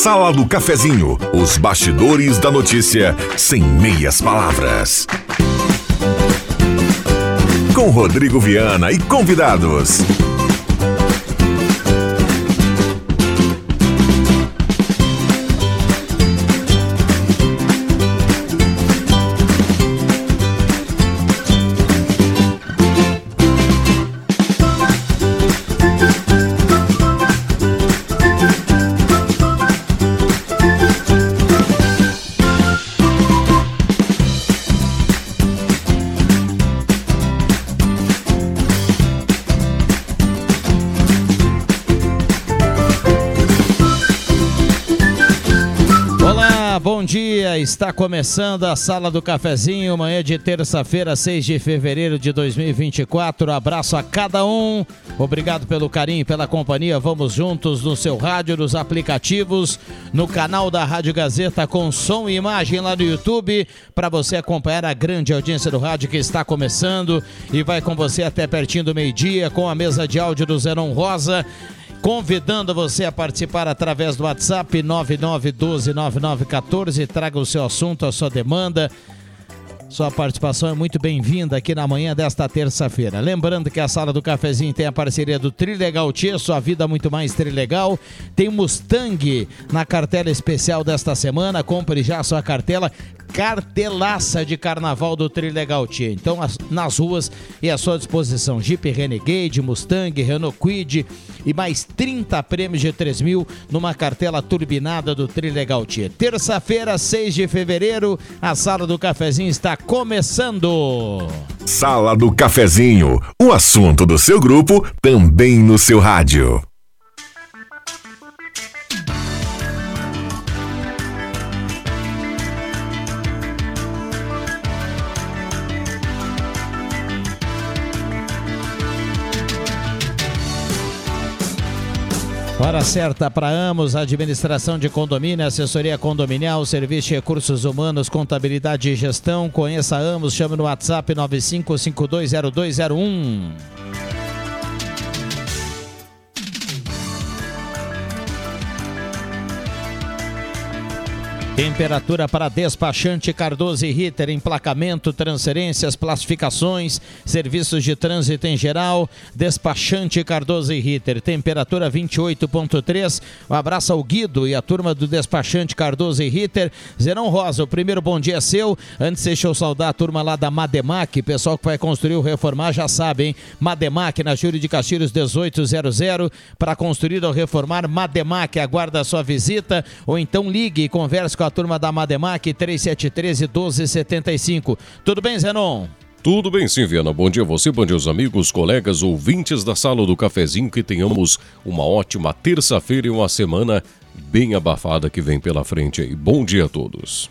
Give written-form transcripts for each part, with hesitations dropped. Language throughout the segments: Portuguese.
Sala do Cafezinho, os bastidores da notícia sem meias palavras. Com Rodrigo Viana e convidados. Bom dia, está começando a Sala do Cafezinho, manhã de terça-feira, 6 de fevereiro de 2024. Abraço a cada um, obrigado pelo carinho e pela companhia. Vamos juntos no seu rádio, nos aplicativos, no canal da Rádio Gazeta com som e imagem lá no YouTube, para você acompanhar a grande audiência do rádio que está começando e vai com você até pertinho do meio-dia com a mesa de áudio do Zenon Rosa. Convidando você a participar através do WhatsApp 99129914, traga o seu assunto, a sua demanda. Sua participação é muito bem-vinda aqui na manhã desta terça-feira. Lembrando que a Sala do Cafezinho tem a parceria do Trilegal Tia, sua vida muito mais Trilegal. Tem Mustang na cartela especial desta semana, compre já a sua cartelaça de carnaval do Trilegal Tia. Então, nas ruas e à sua disposição, Jeep Renegade, Mustang, Renault Kwid e mais 30 prêmios de 3 mil numa cartela turbinada do Trilegal Tia. Terça-feira, 6 de fevereiro, a Sala do Cafezinho está começando. Sala do Cafezinho, o assunto do seu grupo também no seu rádio. Hora certa para Amos, administração de condomínio, assessoria condominial, serviço de recursos humanos, contabilidade e gestão. Conheça a Amos, chame no WhatsApp 95520201. Temperatura para despachante Cardoso e Ritter, emplacamento, transferências, classificações, serviços de trânsito em geral. Despachante Cardoso e Ritter, temperatura 28,3. Um abraço ao Guido e a turma do Despachante Cardoso e Ritter. Zenon Rosa, o primeiro bom dia é seu. Antes, deixa eu saudar a turma lá da Mademac, pessoal que vai construir ou reformar já sabe, hein? Mademac na Júlio de Castilhos 1800, para construir ou reformar. Mademac, aguarda a sua visita ou então ligue e converse com a turma da Mademac, 3713-1275. Tudo bem, Zenon? Tudo bem, sim, Viana. Bom dia a você, bom dia aos amigos, colegas, ouvintes da Sala do Cafezinho, que tenhamos uma ótima terça-feira e uma semana bem abafada que vem pela frente aí. Bom dia a todos.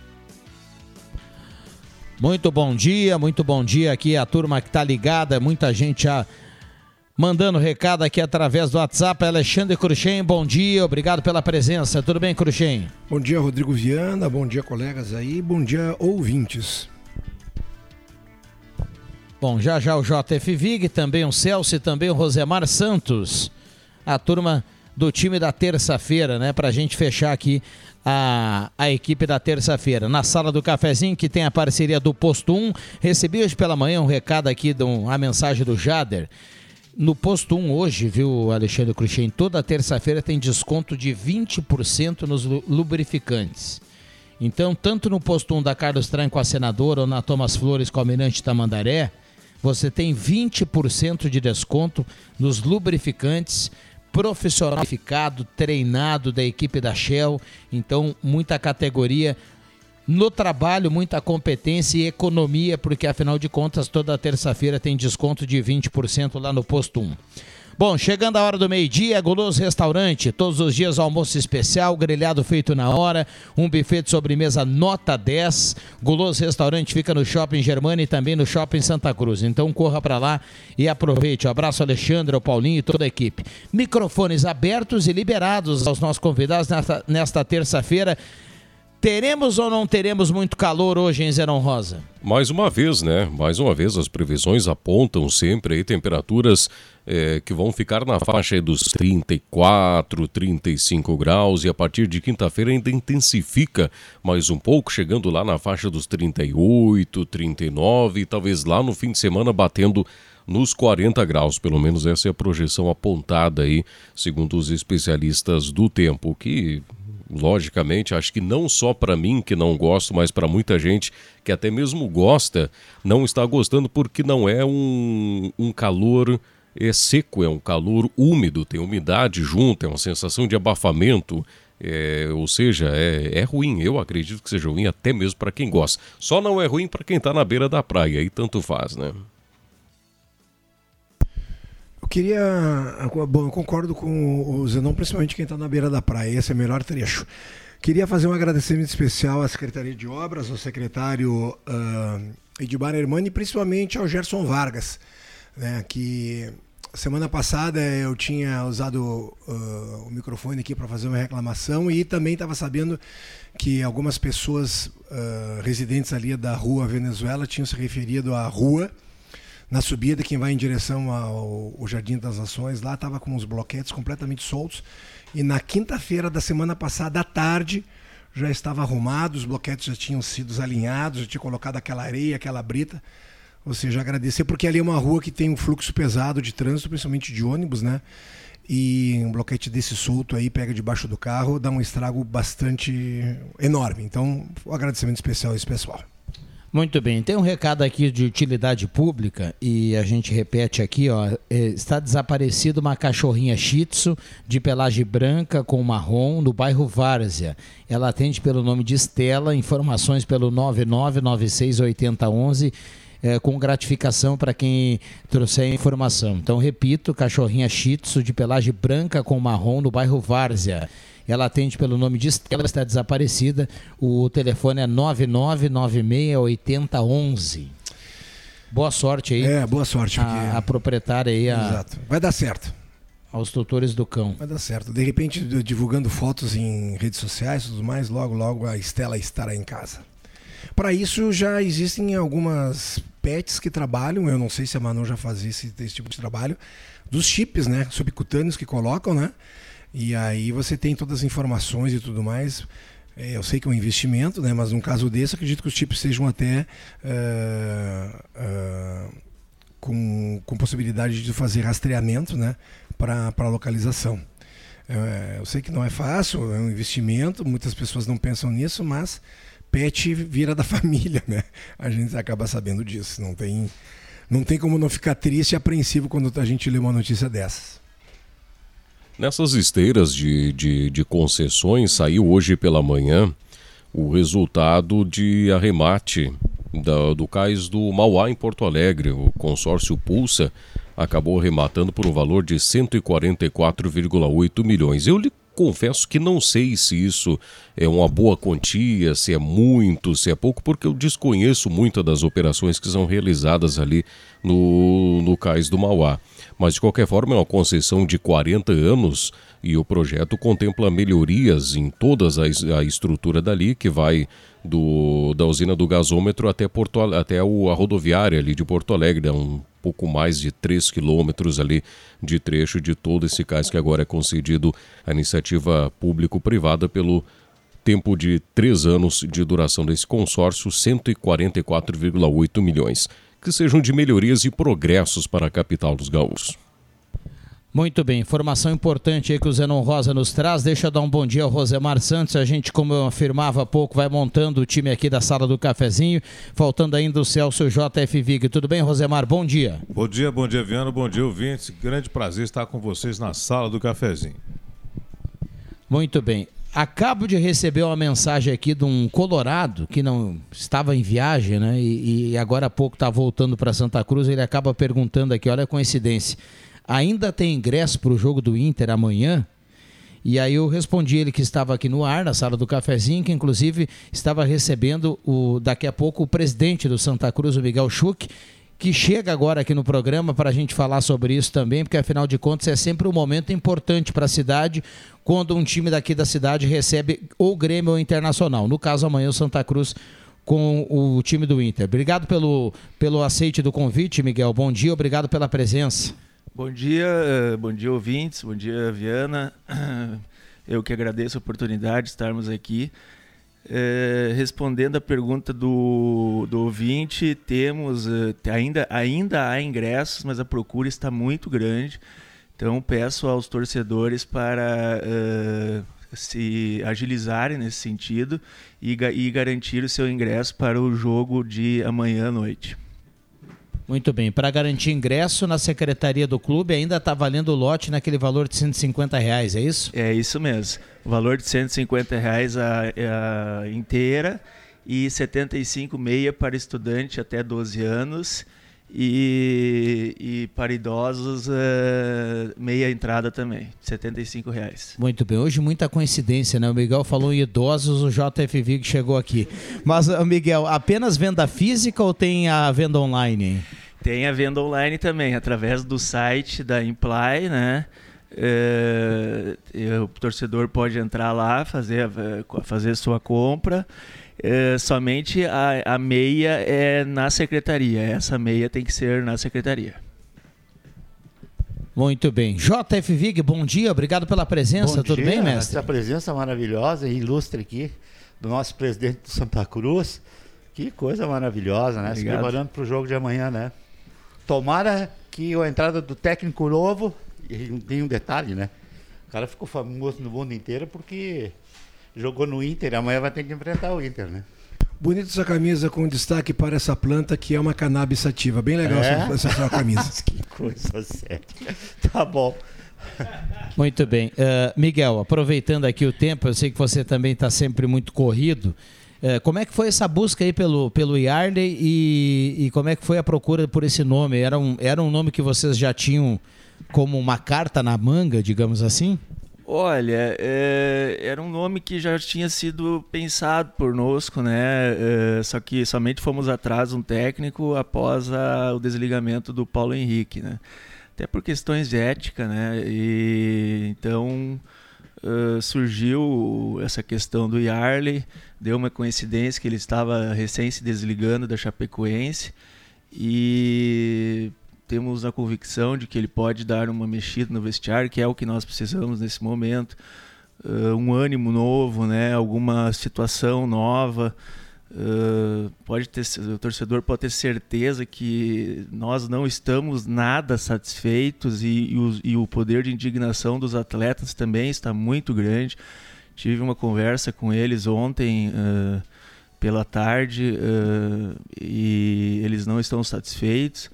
Muito bom dia aqui a turma que tá ligada, muita gente já mandando recado aqui através do WhatsApp. Alexandre Cruxem, bom dia, obrigado pela presença. Tudo bem, Cruxem? Bom dia, Rodrigo Viana, bom dia, colegas aí, bom dia, ouvintes. Bom, já o JF Vig, também o Celso e também o Rosemar Santos, a turma do time da terça-feira, né, pra gente fechar aqui a equipe da terça-feira. Na Sala do Cafezinho, que tem a parceria do Posto 1, recebi hoje pela manhã um recado aqui, a mensagem do Jader. No Posto 1 hoje, viu, Alexandre Cruxem, toda terça-feira tem desconto de 20% nos lubrificantes. Então, tanto no Posto 1 da Carlos Traem com a Senadora ou na Thomas Flores com a Almirante Tamandaré, você tem 20% de desconto nos lubrificantes, profissional qualificado, treinado da equipe da Shell. Então, muita categoria no trabalho, muita competência e economia, porque afinal de contas toda terça-feira tem desconto de 20% lá no Posto 1. Bom, chegando a hora do meio-dia, Guloso Restaurante, todos os dias almoço especial, grelhado feito na hora, um buffet de sobremesa nota 10. Guloso Restaurante fica no Shopping Germana e também no Shopping Santa Cruz. Então corra para lá e aproveite. Um abraço, Alexandre, ao Paulinho e toda a equipe. Microfones abertos e liberados aos nossos convidados nesta terça-feira. Teremos ou não teremos muito calor hoje em Zenon Rosa? Mais uma vez, né? Mais uma vez, as previsões apontam sempre aí temperaturas que vão ficar na faixa aí dos 34, 35 graus e a partir de quinta-feira ainda intensifica mais um pouco, chegando lá na faixa dos 38, 39 e talvez lá no fim de semana batendo nos 40 graus, pelo menos essa é a projeção apontada aí, segundo os especialistas do tempo, que logicamente acho que não só para mim que não gosto, mas para muita gente que até mesmo gosta, não está gostando porque não é um calor seco, é um calor úmido, tem umidade junto, é uma sensação de abafamento. Ou seja, é ruim, eu acredito que seja ruim até mesmo para quem gosta. Só não é ruim para quem está na beira da praia, aí tanto faz, né? Eu concordo com o Zenon, principalmente quem está na beira da praia, esse é o melhor trecho. Queria fazer um agradecimento especial à Secretaria de Obras, ao secretário Edmar Hermani e principalmente ao Gerson Vargas, né, que semana passada eu tinha usado o microfone aqui para fazer uma reclamação e também estava sabendo que algumas pessoas residentes ali da rua Venezuela tinham se referido à rua. Na subida, quem vai em direção ao Jardim das Nações, lá estava com os bloquetes completamente soltos. E na quinta-feira da semana passada, à tarde, já estava arrumado, os bloquetes já tinham sido alinhados, já tinha colocado aquela areia, aquela brita. Ou seja, agradecer, porque ali é uma rua que tem um fluxo pesado de trânsito, principalmente de ônibus, né? E um bloquete desse solto aí, pega debaixo do carro, dá um estrago bastante enorme. Então, um agradecimento especial a esse pessoal. Muito bem, tem um recado aqui de utilidade pública e a gente repete aqui, ó, está desaparecida uma cachorrinha Shih Tzu de pelagem branca com marrom no bairro Várzea. Ela atende pelo nome de Estela, informações pelo 99968011, com gratificação para quem trouxer a informação. Então, repito, cachorrinha Shih Tzu de pelagem branca com marrom no bairro Várzea. Ela atende pelo nome de Estela, está desaparecida. O telefone é 99968011. Boa sorte aí. Boa sorte. A proprietária aí. Exato. Vai dar certo. Aos tutores do cão. Vai dar certo. De repente, divulgando fotos em redes sociais e tudo mais, logo a Estela estará em casa. Para isso, já existem algumas pets que trabalham, eu não sei se a Manu já fazia esse tipo de trabalho, dos chips, né, subcutâneos que colocam, né? E aí você tem todas as informações e tudo mais. Eu sei que é um investimento, né? Mas num caso desse, acredito que os chips sejam até com possibilidade de fazer rastreamento, né? Para localização. Eu sei que não é fácil, é um investimento, muitas pessoas não pensam nisso, mas pet vira da família, né? A gente acaba sabendo disso. Não tem como não ficar triste e apreensivo quando a gente lê uma notícia dessas. Nessas esteiras de concessões, saiu hoje pela manhã o resultado de arremate do cais do Mauá em Porto Alegre. O consórcio Pulsa acabou arrematando por um valor de 144,8 milhões. Eu lhe confesso que não sei se isso é uma boa quantia, se é muito, se é pouco, porque eu desconheço muito das operações que são realizadas ali no cais do Mauá. Mas, de qualquer forma, é uma concessão de 40 anos e o projeto contempla melhorias em toda a estrutura dali, que vai da usina do gasômetro até a rodoviária ali de Porto Alegre, um pouco mais de 3 quilômetros ali de trecho de todo esse cais que agora é concedido à iniciativa público-privada pelo tempo de 3 anos de duração desse consórcio, 144,8 milhões. Que sejam de melhorias e progressos para a capital dos gaúchos. Muito bem, informação importante aí que o Zenon Rosa nos traz. Deixa eu dar um bom dia ao Rosemar Santos. A gente, como eu afirmava há pouco, vai montando o time aqui da Sala do Cafezinho. Faltando ainda o Celso JF Vig. Tudo bem, Rosemar? Bom dia. Bom dia, Viana. Bom dia, ouvintes. Grande prazer estar com vocês na Sala do Cafezinho. Muito bem. Acabo de receber uma mensagem aqui de um colorado que não estava em viagem, né? E agora há pouco está voltando para Santa Cruz. Ele acaba perguntando aqui, olha a coincidência, ainda tem ingresso para o jogo do Inter amanhã? E aí eu respondi ele que estava aqui no ar, na Sala do Cafezinho, que inclusive estava recebendo daqui a pouco o presidente do Santa Cruz, o Miguel Schuch, que chega agora aqui no programa para a gente falar sobre isso também, porque afinal de contas é sempre um momento importante para a cidade quando um time daqui da cidade recebe ou Grêmio ou Internacional. No caso, amanhã o Santa Cruz com o time do Inter. Obrigado pelo aceite do convite, Miguel. Bom dia, obrigado pela presença. Bom dia ouvintes, bom dia Viana. Eu que agradeço a oportunidade de estarmos aqui. Respondendo a pergunta do ouvinte, temos ainda há ingressos, mas a procura está muito grande. Então peço aos torcedores para se agilizarem nesse sentido e garantir o seu ingresso para o jogo de amanhã à noite. Muito bem, para garantir ingresso na secretaria do clube ainda está valendo o lote naquele valor de R$150, é isso? É isso mesmo, o valor de R$150 a inteira e R$ 75 meia para estudante até 12 anos e para idosos meia entrada também, R$ 75. Muito bem, hoje muita coincidência, né? O Miguel falou em idosos, o JF Vig chegou aqui. Mas, Miguel, apenas venda física ou tem a venda online, hein? Tem a venda online também, através do site da Imply, né? O torcedor pode entrar lá, fazer sua compra. Somente a meia é na secretaria. Essa meia tem que ser na secretaria. Muito bem. JF Vig, bom dia, obrigado pela presença. Tudo bem, mestre? Essa presença maravilhosa e ilustre aqui do nosso presidente do Santa Cruz. Que coisa maravilhosa, né? Obrigado. Se preparando para o jogo de amanhã, né? Tomara que a entrada do técnico novo, e tem um detalhe, né? O cara ficou famoso no mundo inteiro porque jogou no Inter, amanhã vai ter que enfrentar o Inter, né? Bonita essa camisa com destaque para essa planta que é uma cannabis sativa. Bem legal essa sua camisa. Que coisa séria. Tá bom. Muito bem. Miguel, aproveitando aqui o tempo, eu sei que você também está sempre muito corrido. Como é que foi essa busca aí pelo Yarley e como é que foi a procura por esse nome? Era um nome que vocês já tinham como uma carta na manga, digamos assim? Olha, era um nome que já tinha sido pensado por nosco, né? Só que somente fomos atrás de um técnico após o desligamento do Paulo Henrique, né? Até por questões de ética, né? E então surgiu essa questão do Yarley, deu uma coincidência que ele estava recém se desligando da Chapecoense e temos a convicção de que ele pode dar uma mexida no vestiário, que é o que nós precisamos nesse momento, um ânimo novo, né? Alguma situação nova. O torcedor pode ter certeza que nós não estamos nada satisfeitos e o poder de indignação dos atletas também está muito grande. Tive uma conversa com eles ontem pela tarde e eles não estão satisfeitos.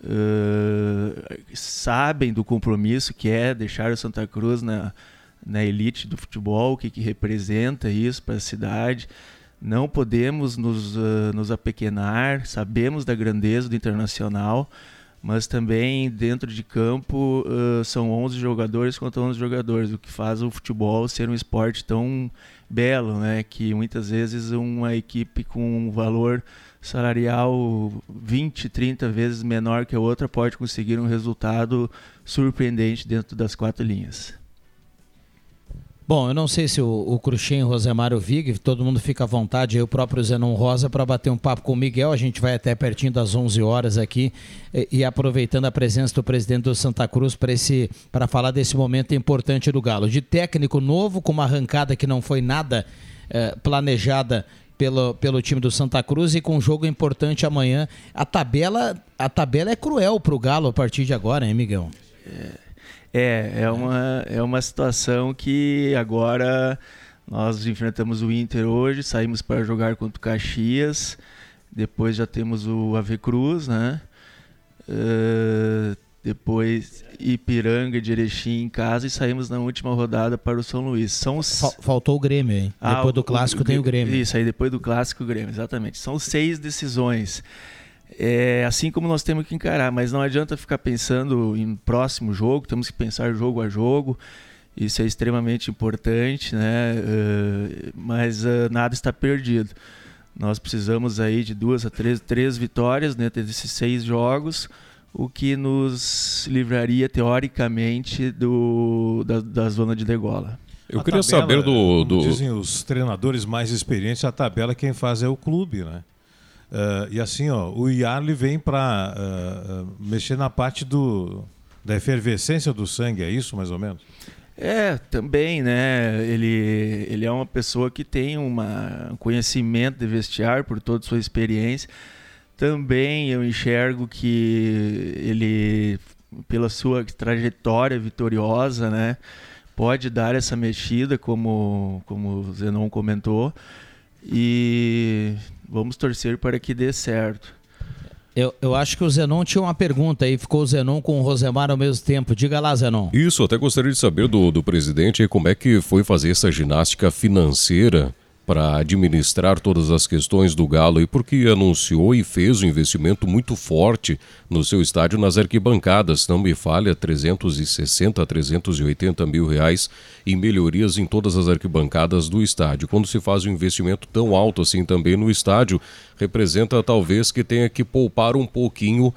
Sabem do compromisso que é deixar o Santa Cruz na elite do futebol, o que representa isso para a cidade. Não podemos nos apequenar, sabemos da grandeza do Internacional, mas também dentro de campo são 11 jogadores contra 11 jogadores, o que faz o futebol ser um esporte tão belo, né? Que muitas vezes uma equipe com um valor salarial 20, 30 vezes menor que a outra pode conseguir um resultado surpreendente dentro das 4 linhas. Bom, eu não sei se o Cruxem, o Rosemar, o Vig, todo mundo fica à vontade, aí o próprio Zenon Rosa, para bater um papo com o Miguel. A gente vai até pertinho das 11 horas aqui e aproveitando a presença do presidente do Santa Cruz para falar desse momento importante do Galo. De técnico novo, com uma arrancada que não foi nada planejada pelo time do Santa Cruz e com um jogo importante amanhã. A tabela é cruel para o Galo a partir de agora, hein, Miguel? É uma situação que agora nós enfrentamos o Inter hoje, saímos para jogar contra o Caxias, depois já temos o Ave Cruz, né? Depois Ipiranga de Erechim em casa e saímos na última rodada para o São Luís. Faltou o Grêmio, hein? Depois do Clássico tem o Grêmio. Isso, aí depois do Clássico o Grêmio, exatamente. São 6 decisões. Assim como nós temos que encarar, mas não adianta ficar pensando em próximo jogo, temos que pensar jogo a jogo, isso é extremamente importante, né? Mas nada está perdido. Nós precisamos aí de 2 a 3 vitórias dentro desses 6 jogos, o que nos livraria teoricamente da zona de degola. Eu queria saber do... Dizem os treinadores mais experientes, a tabela quem faz é o clube, né? E assim, o Yarley vem para mexer na parte da efervescência do sangue, é isso mais ou menos? Também, né? Ele é uma pessoa que tem um conhecimento de vestiário por toda a sua experiência. Também eu enxergo que ele, pela sua trajetória vitoriosa, né, pode dar essa mexida, como o Zenon comentou, e vamos torcer para que dê certo. Eu acho que o Zenon tinha uma pergunta aí, ficou o Zenon com o Rosemar ao mesmo tempo. Diga lá, Zenon. Isso, até gostaria de saber do presidente aí como é que foi fazer essa ginástica financeira para administrar todas as questões do Galo, e porque anunciou e fez um investimento muito forte no seu estádio nas arquibancadas, não me falha, 360 a 380 mil reais em melhorias em todas as arquibancadas do estádio. Quando se faz um investimento tão alto assim também no estádio, representa talvez que tenha que poupar um pouquinho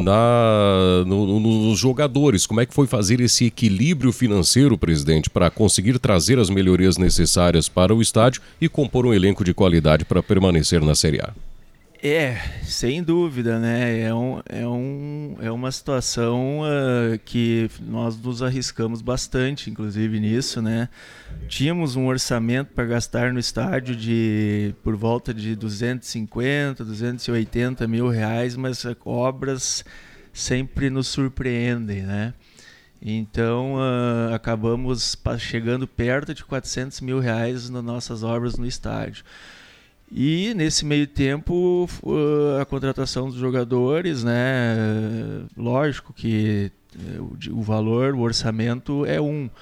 nos jogadores. Como é que foi fazer esse equilíbrio financeiro, presidente, para conseguir trazer as melhorias necessárias para o estádio e compor um elenco de qualidade para permanecer na Série A? Sem dúvida, né? É uma situação que nós nos arriscamos bastante, inclusive nisso, né? Tínhamos um orçamento para gastar no estádio por volta de 250, 280 mil reais, mas obras sempre nos surpreendem, né? Então acabamos chegando perto de 400 mil reais nas nossas obras no estádio. E nesse meio tempo a contratação dos jogadores, né? Lógico que o valor, o orçamento é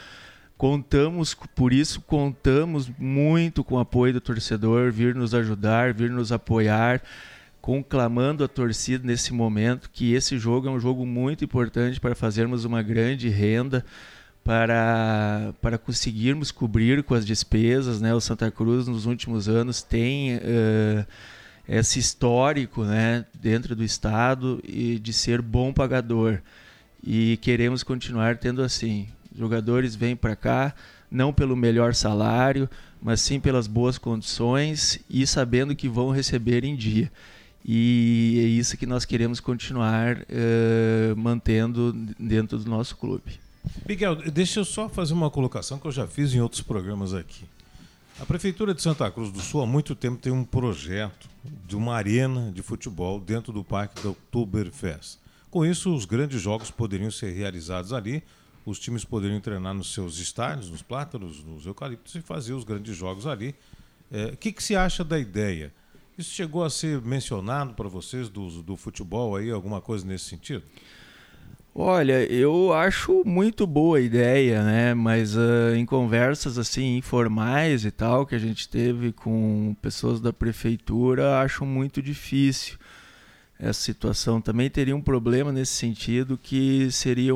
por isso contamos muito com o apoio do torcedor, vir nos ajudar, vir nos apoiar, conclamando a torcida nesse momento que esse jogo é um jogo muito importante para fazermos uma grande renda, para conseguirmos cobrir com as despesas, né? O Santa Cruz nos últimos anos tem esse histórico, né, dentro do estado e de ser bom pagador, e queremos continuar tendo assim. Jogadores vêm para cá não pelo melhor salário, mas sim pelas boas condições e sabendo que vão receber em dia. E é isso que nós queremos continuar mantendo dentro do nosso clube. Miguel, deixa eu só fazer uma colocação que eu já fiz em outros programas aqui. A Prefeitura de Santa Cruz do Sul há muito tempo tem um projeto de uma arena de futebol dentro do Parque da Oktoberfest. Com isso, os grandes jogos poderiam ser realizados ali, os times poderiam treinar nos seus estádios, nos Plátanos, nos Eucaliptos, e fazer os grandes jogos ali. O que você acha da ideia? Isso chegou a ser mencionado para vocês do futebol aí, alguma coisa nesse sentido? Olha, eu acho muito boa a ideia, né? Mas em conversas assim informais e tal que a gente teve com pessoas da prefeitura, acho muito difícil essa situação. Também teria um problema nesse sentido, que seria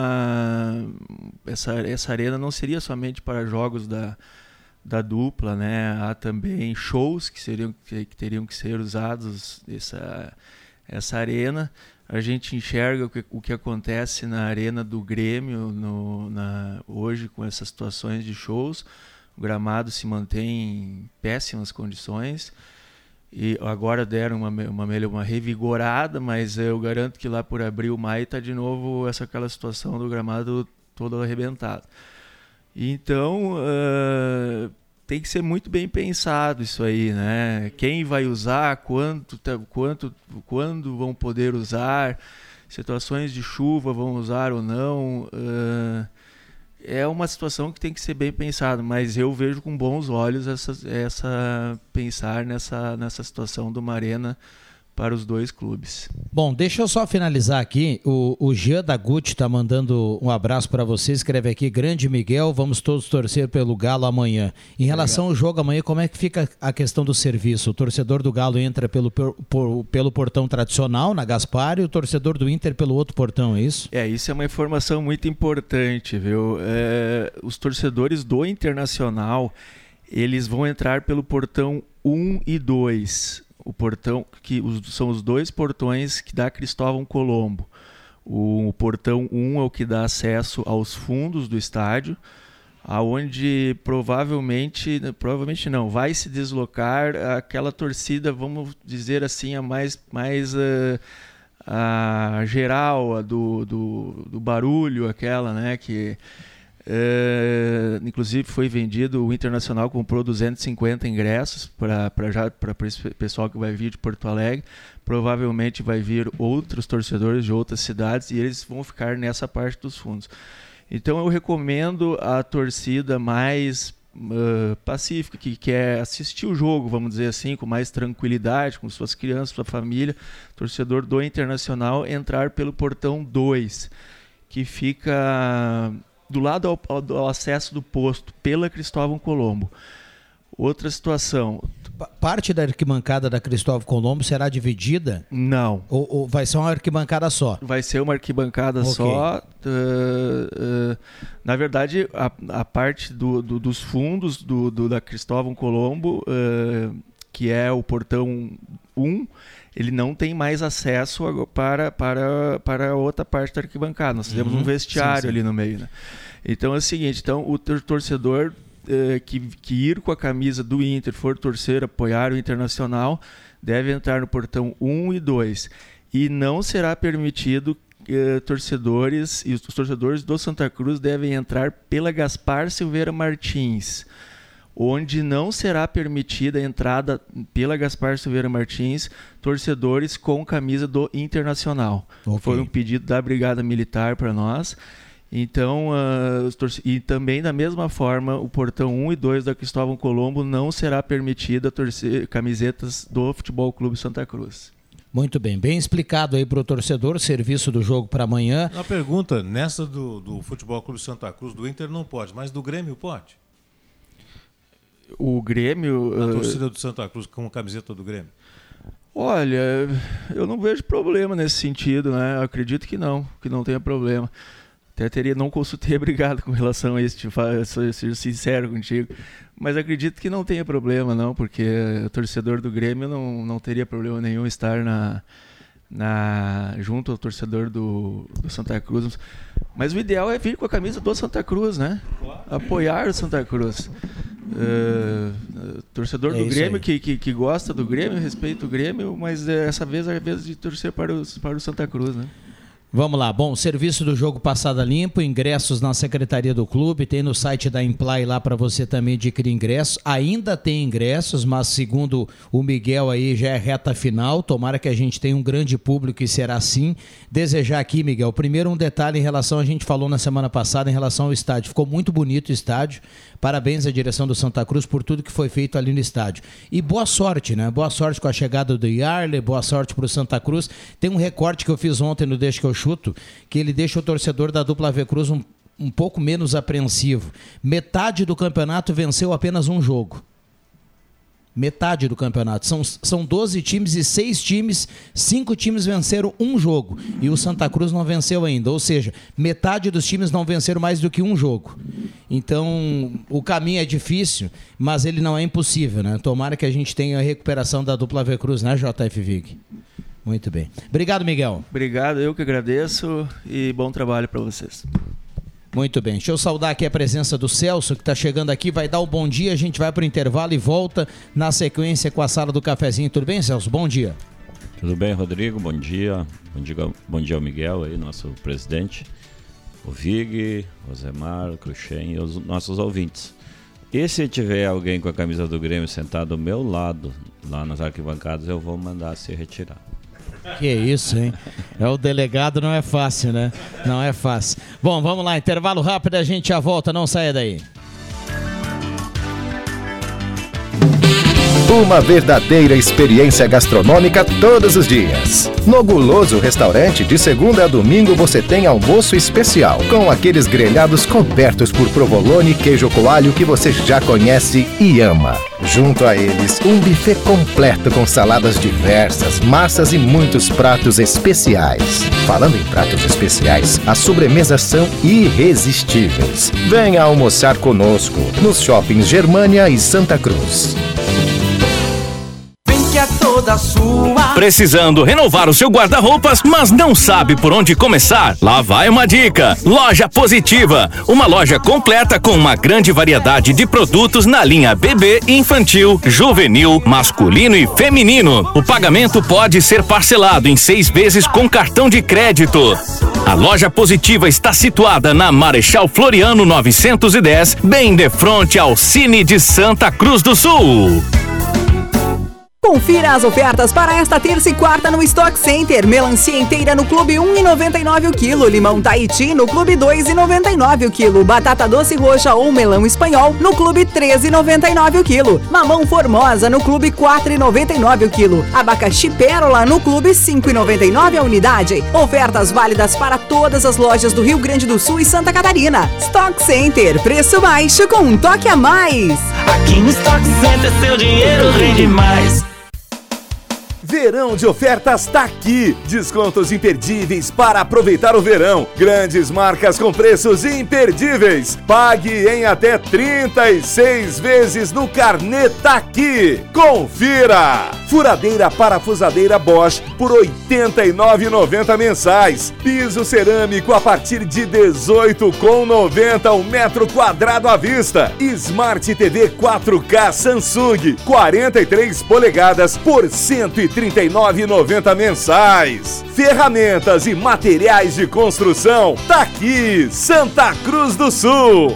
essa arena não seria somente para jogos da dupla, né? Há também shows que teriam que ser usados essa arena. A gente enxerga o que acontece na arena do Grêmio hoje com essas situações de shows. O gramado se mantém em péssimas condições e agora deram uma revigorada, mas eu garanto que lá por abril, maio está de novo aquela situação do gramado todo arrebentado. Então tem que ser muito bem pensado isso aí, né? Quem vai usar, quando vão poder usar, situações de chuva vão usar ou não. É uma situação que tem que ser bem pensada, mas eu vejo com bons olhos pensar nessa situação de uma arena para os dois clubes. Bom, deixa eu só finalizar aqui. O Jean da Gucci está mandando um abraço para você. Escreve aqui: grande Miguel, vamos todos torcer pelo Galo amanhã. Em relação ao jogo amanhã, como é que fica a questão do serviço? O torcedor do Galo entra pelo portão tradicional, na Gaspar, e o torcedor do Inter pelo outro portão, é isso? Isso é uma informação muito importante, viu? Os torcedores do Internacional, eles vão entrar pelo portão 1 e 2. O portão, são os 2 portões que dá Cristóvão Colombo. O portão 1 é o que dá acesso aos fundos do estádio, aonde provavelmente não, vai se deslocar aquela torcida, vamos dizer assim, a mais a geral, a do barulho, aquela, né, que inclusive foi vendido, o Internacional comprou 250 ingressos para esse pessoal que vai vir de Porto Alegre. Provavelmente vai vir outros torcedores de outras cidades e eles vão ficar nessa parte dos fundos. Então eu recomendo a torcida mais pacífica, que quer assistir o jogo, vamos dizer assim, com mais tranquilidade, com suas crianças, sua família, torcedor do Internacional, entrar pelo portão 2, que fica do lado ao acesso do posto, pela Cristóvão Colombo. Outra situação. Parte da arquibancada da Cristóvão Colombo será dividida? Não. Ou vai ser uma arquibancada só? Vai ser uma arquibancada só. Na verdade, a parte dos fundos da Cristóvão Colombo, que é o portão 1, ele não tem mais acesso para a outra parte da arquibancada. Nós fizemos um vestiário ali no meio, né? Então é o seguinte, o torcedor que ir com a camisa do Inter, for torcer, apoiar o Internacional, deve entrar no portão 1 e 2. E não será permitido torcedores, e os torcedores do Santa Cruz devem entrar pela Gaspar Silveira Martins, onde não será permitida a entrada pela Gaspar Silveira Martins torcedores com camisa do Internacional. Okay. Foi um pedido da Brigada Militar para nós. Então, e também da mesma forma, o portão 1 e 2 da Cristóvão Colombo não será permitida torcer camisetas do Futebol Clube Santa Cruz. Muito bem, bem explicado aí para o torcedor, serviço do jogo para amanhã. Uma pergunta, nessa do Futebol Clube Santa Cruz, do Inter não pode, mas do Grêmio pode? O Grêmio... A torcida do Santa Cruz com a camiseta do Grêmio? Olha, eu não vejo problema nesse sentido, né? Eu acredito que não tenha problema. Até não consultei a Brigada com relação a isso, ser sincero contigo, mas acredito que não tenha problema não, porque o torcedor do Grêmio não teria problema nenhum estar junto ao torcedor do Santa Cruz, mas o ideal é vir com a camisa do Santa Cruz, né? Claro. Apoiar o Santa Cruz. Torcedor do Grêmio que gosta do Grêmio, respeita o Grêmio, mas essa vez é a vez de torcer para o Santa Cruz, né? Vamos lá, bom, serviço do jogo Passada Limpo, ingressos na Secretaria do Clube, tem no site da Imply lá para você também adquirir ingressos, ainda tem ingressos, mas segundo o Miguel aí já é reta final, tomara que a gente tenha um grande público e será assim. Desejar aqui, Miguel, primeiro um detalhe em relação, a gente falou na semana passada em relação ao estádio, ficou muito bonito o estádio, parabéns à direção do Santa Cruz por tudo que foi feito ali no estádio. E boa sorte, né? Boa sorte com a chegada do Yarley, boa sorte para o Santa Cruz. Tem um recorte que eu fiz ontem no Deixa que eu chuto, que ele deixa o torcedor da dupla V Cruz um pouco menos apreensivo. Metade do campeonato venceu apenas um jogo. Metade do campeonato. São 12 times e 6 times, 5 times venceram um jogo. E o Santa Cruz não venceu ainda. Ou seja, metade dos times não venceram mais do que um jogo. Então, o caminho é difícil, mas ele não é impossível, né? Tomara que a gente tenha a recuperação da dupla V Cruz, né, JF Vig? Muito bem. Obrigado, Miguel. Obrigado, eu que agradeço e bom trabalho para vocês. Muito bem, deixa eu saudar aqui a presença do Celso, que está chegando aqui, vai dar o bom dia, a gente vai para o intervalo e volta na sequência com a Sala do Cafezinho. Tudo bem, Celso? Bom dia. Tudo bem, Rodrigo? Bom dia. Bom dia ao Miguel, aí, nosso presidente, o Vig, o Rosemar, o Cruxem e os nossos ouvintes. E se tiver alguém com a camisa do Grêmio sentado ao meu lado, lá nas arquibancadas, eu vou mandar se retirar. Que isso, hein? O delegado não é fácil, né? Não é fácil. Bom, vamos lá, intervalo rápido, a gente já volta, não saia daí. Uma verdadeira experiência gastronômica todos os dias. No Guloso Restaurante, de segunda a domingo, você tem almoço especial, com aqueles grelhados cobertos por provolone e queijo coalho que você já conhece e ama. Junto a eles, um buffet completo com saladas diversas, massas e muitos pratos especiais. Falando em pratos especiais, as sobremesas são irresistíveis. Venha almoçar conosco, nos shoppings Germânia e Santa Cruz. toda sua. Precisando renovar o seu guarda-roupas, mas não sabe por onde começar? Lá vai uma dica. Loja Positiva, uma loja completa com uma grande variedade de produtos na linha bebê, infantil, juvenil, masculino e feminino. O pagamento pode ser parcelado em 6 vezes com cartão de crédito. A Loja Positiva está situada na Marechal Floriano 910, bem de frente ao Cine de Santa Cruz do Sul. Confira as ofertas para esta terça e quarta no Stock Center. Melancia inteira no Clube 1,99 o quilo. Limão Tahiti no Clube 2,99 o quilo. Batata doce roxa ou melão espanhol no Clube 13,99 o quilo. Mamão Formosa no Clube 4,99 o quilo. Abacaxi Pérola no Clube 5,99 a unidade. Ofertas válidas para todas as lojas do Rio Grande do Sul e Santa Catarina. Stock Center, preço baixo com um toque a mais. Aqui no Stock Center seu dinheiro rende mais. Verão de ofertas tá aqui. Descontos imperdíveis para aproveitar o verão. Grandes marcas com preços imperdíveis. Pague em até 36 vezes no carnê tá aqui. Confira! Furadeira parafusadeira Bosch por R$ 89,90 mensais. Piso cerâmico a partir de R$ 18,90 o metro quadrado à vista. Smart TV 4K Samsung 43 polegadas por R$ 139,90 mensais. Ferramentas e materiais de construção, tá aqui, Santa Cruz do Sul.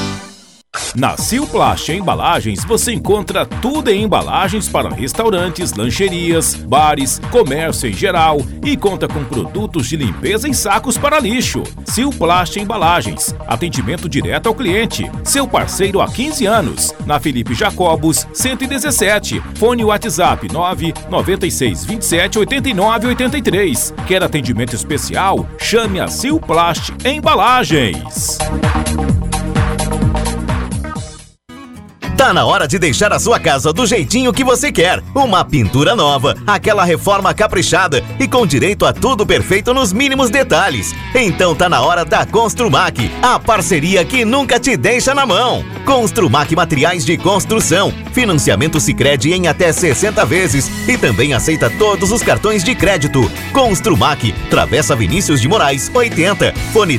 Na Silplast Embalagens você encontra tudo em embalagens para restaurantes, lancherias, bares, comércio em geral e conta com produtos de limpeza em sacos para lixo. Silplast Embalagens, atendimento direto ao cliente, seu parceiro há 15 anos. Na Felipe Jacobos, 117, fone WhatsApp 996 27 89 83. Quer atendimento especial? Chame a Silplast Embalagens. Tá na hora de deixar a sua casa do jeitinho que você quer. Uma pintura nova, aquela reforma caprichada e com direito a tudo perfeito nos mínimos detalhes. Então tá na hora da Construmac, a parceria que nunca te deixa na mão. Construmac Materiais de Construção, financiamento Sicredi em até 60 vezes e também aceita todos os cartões de crédito. Construmac, Travessa Vinícius de Moraes, 80, fone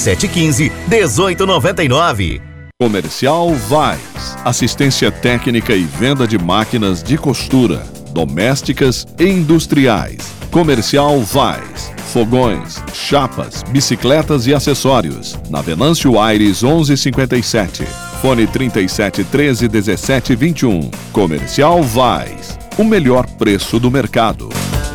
3715-1899. Comercial Vais, assistência técnica e venda de máquinas de costura, domésticas e industriais. Comercial Vais, fogões, chapas, bicicletas e acessórios. Na Venâncio Aires 1157, fone 3713 1721. Comercial Vais, o melhor preço do mercado.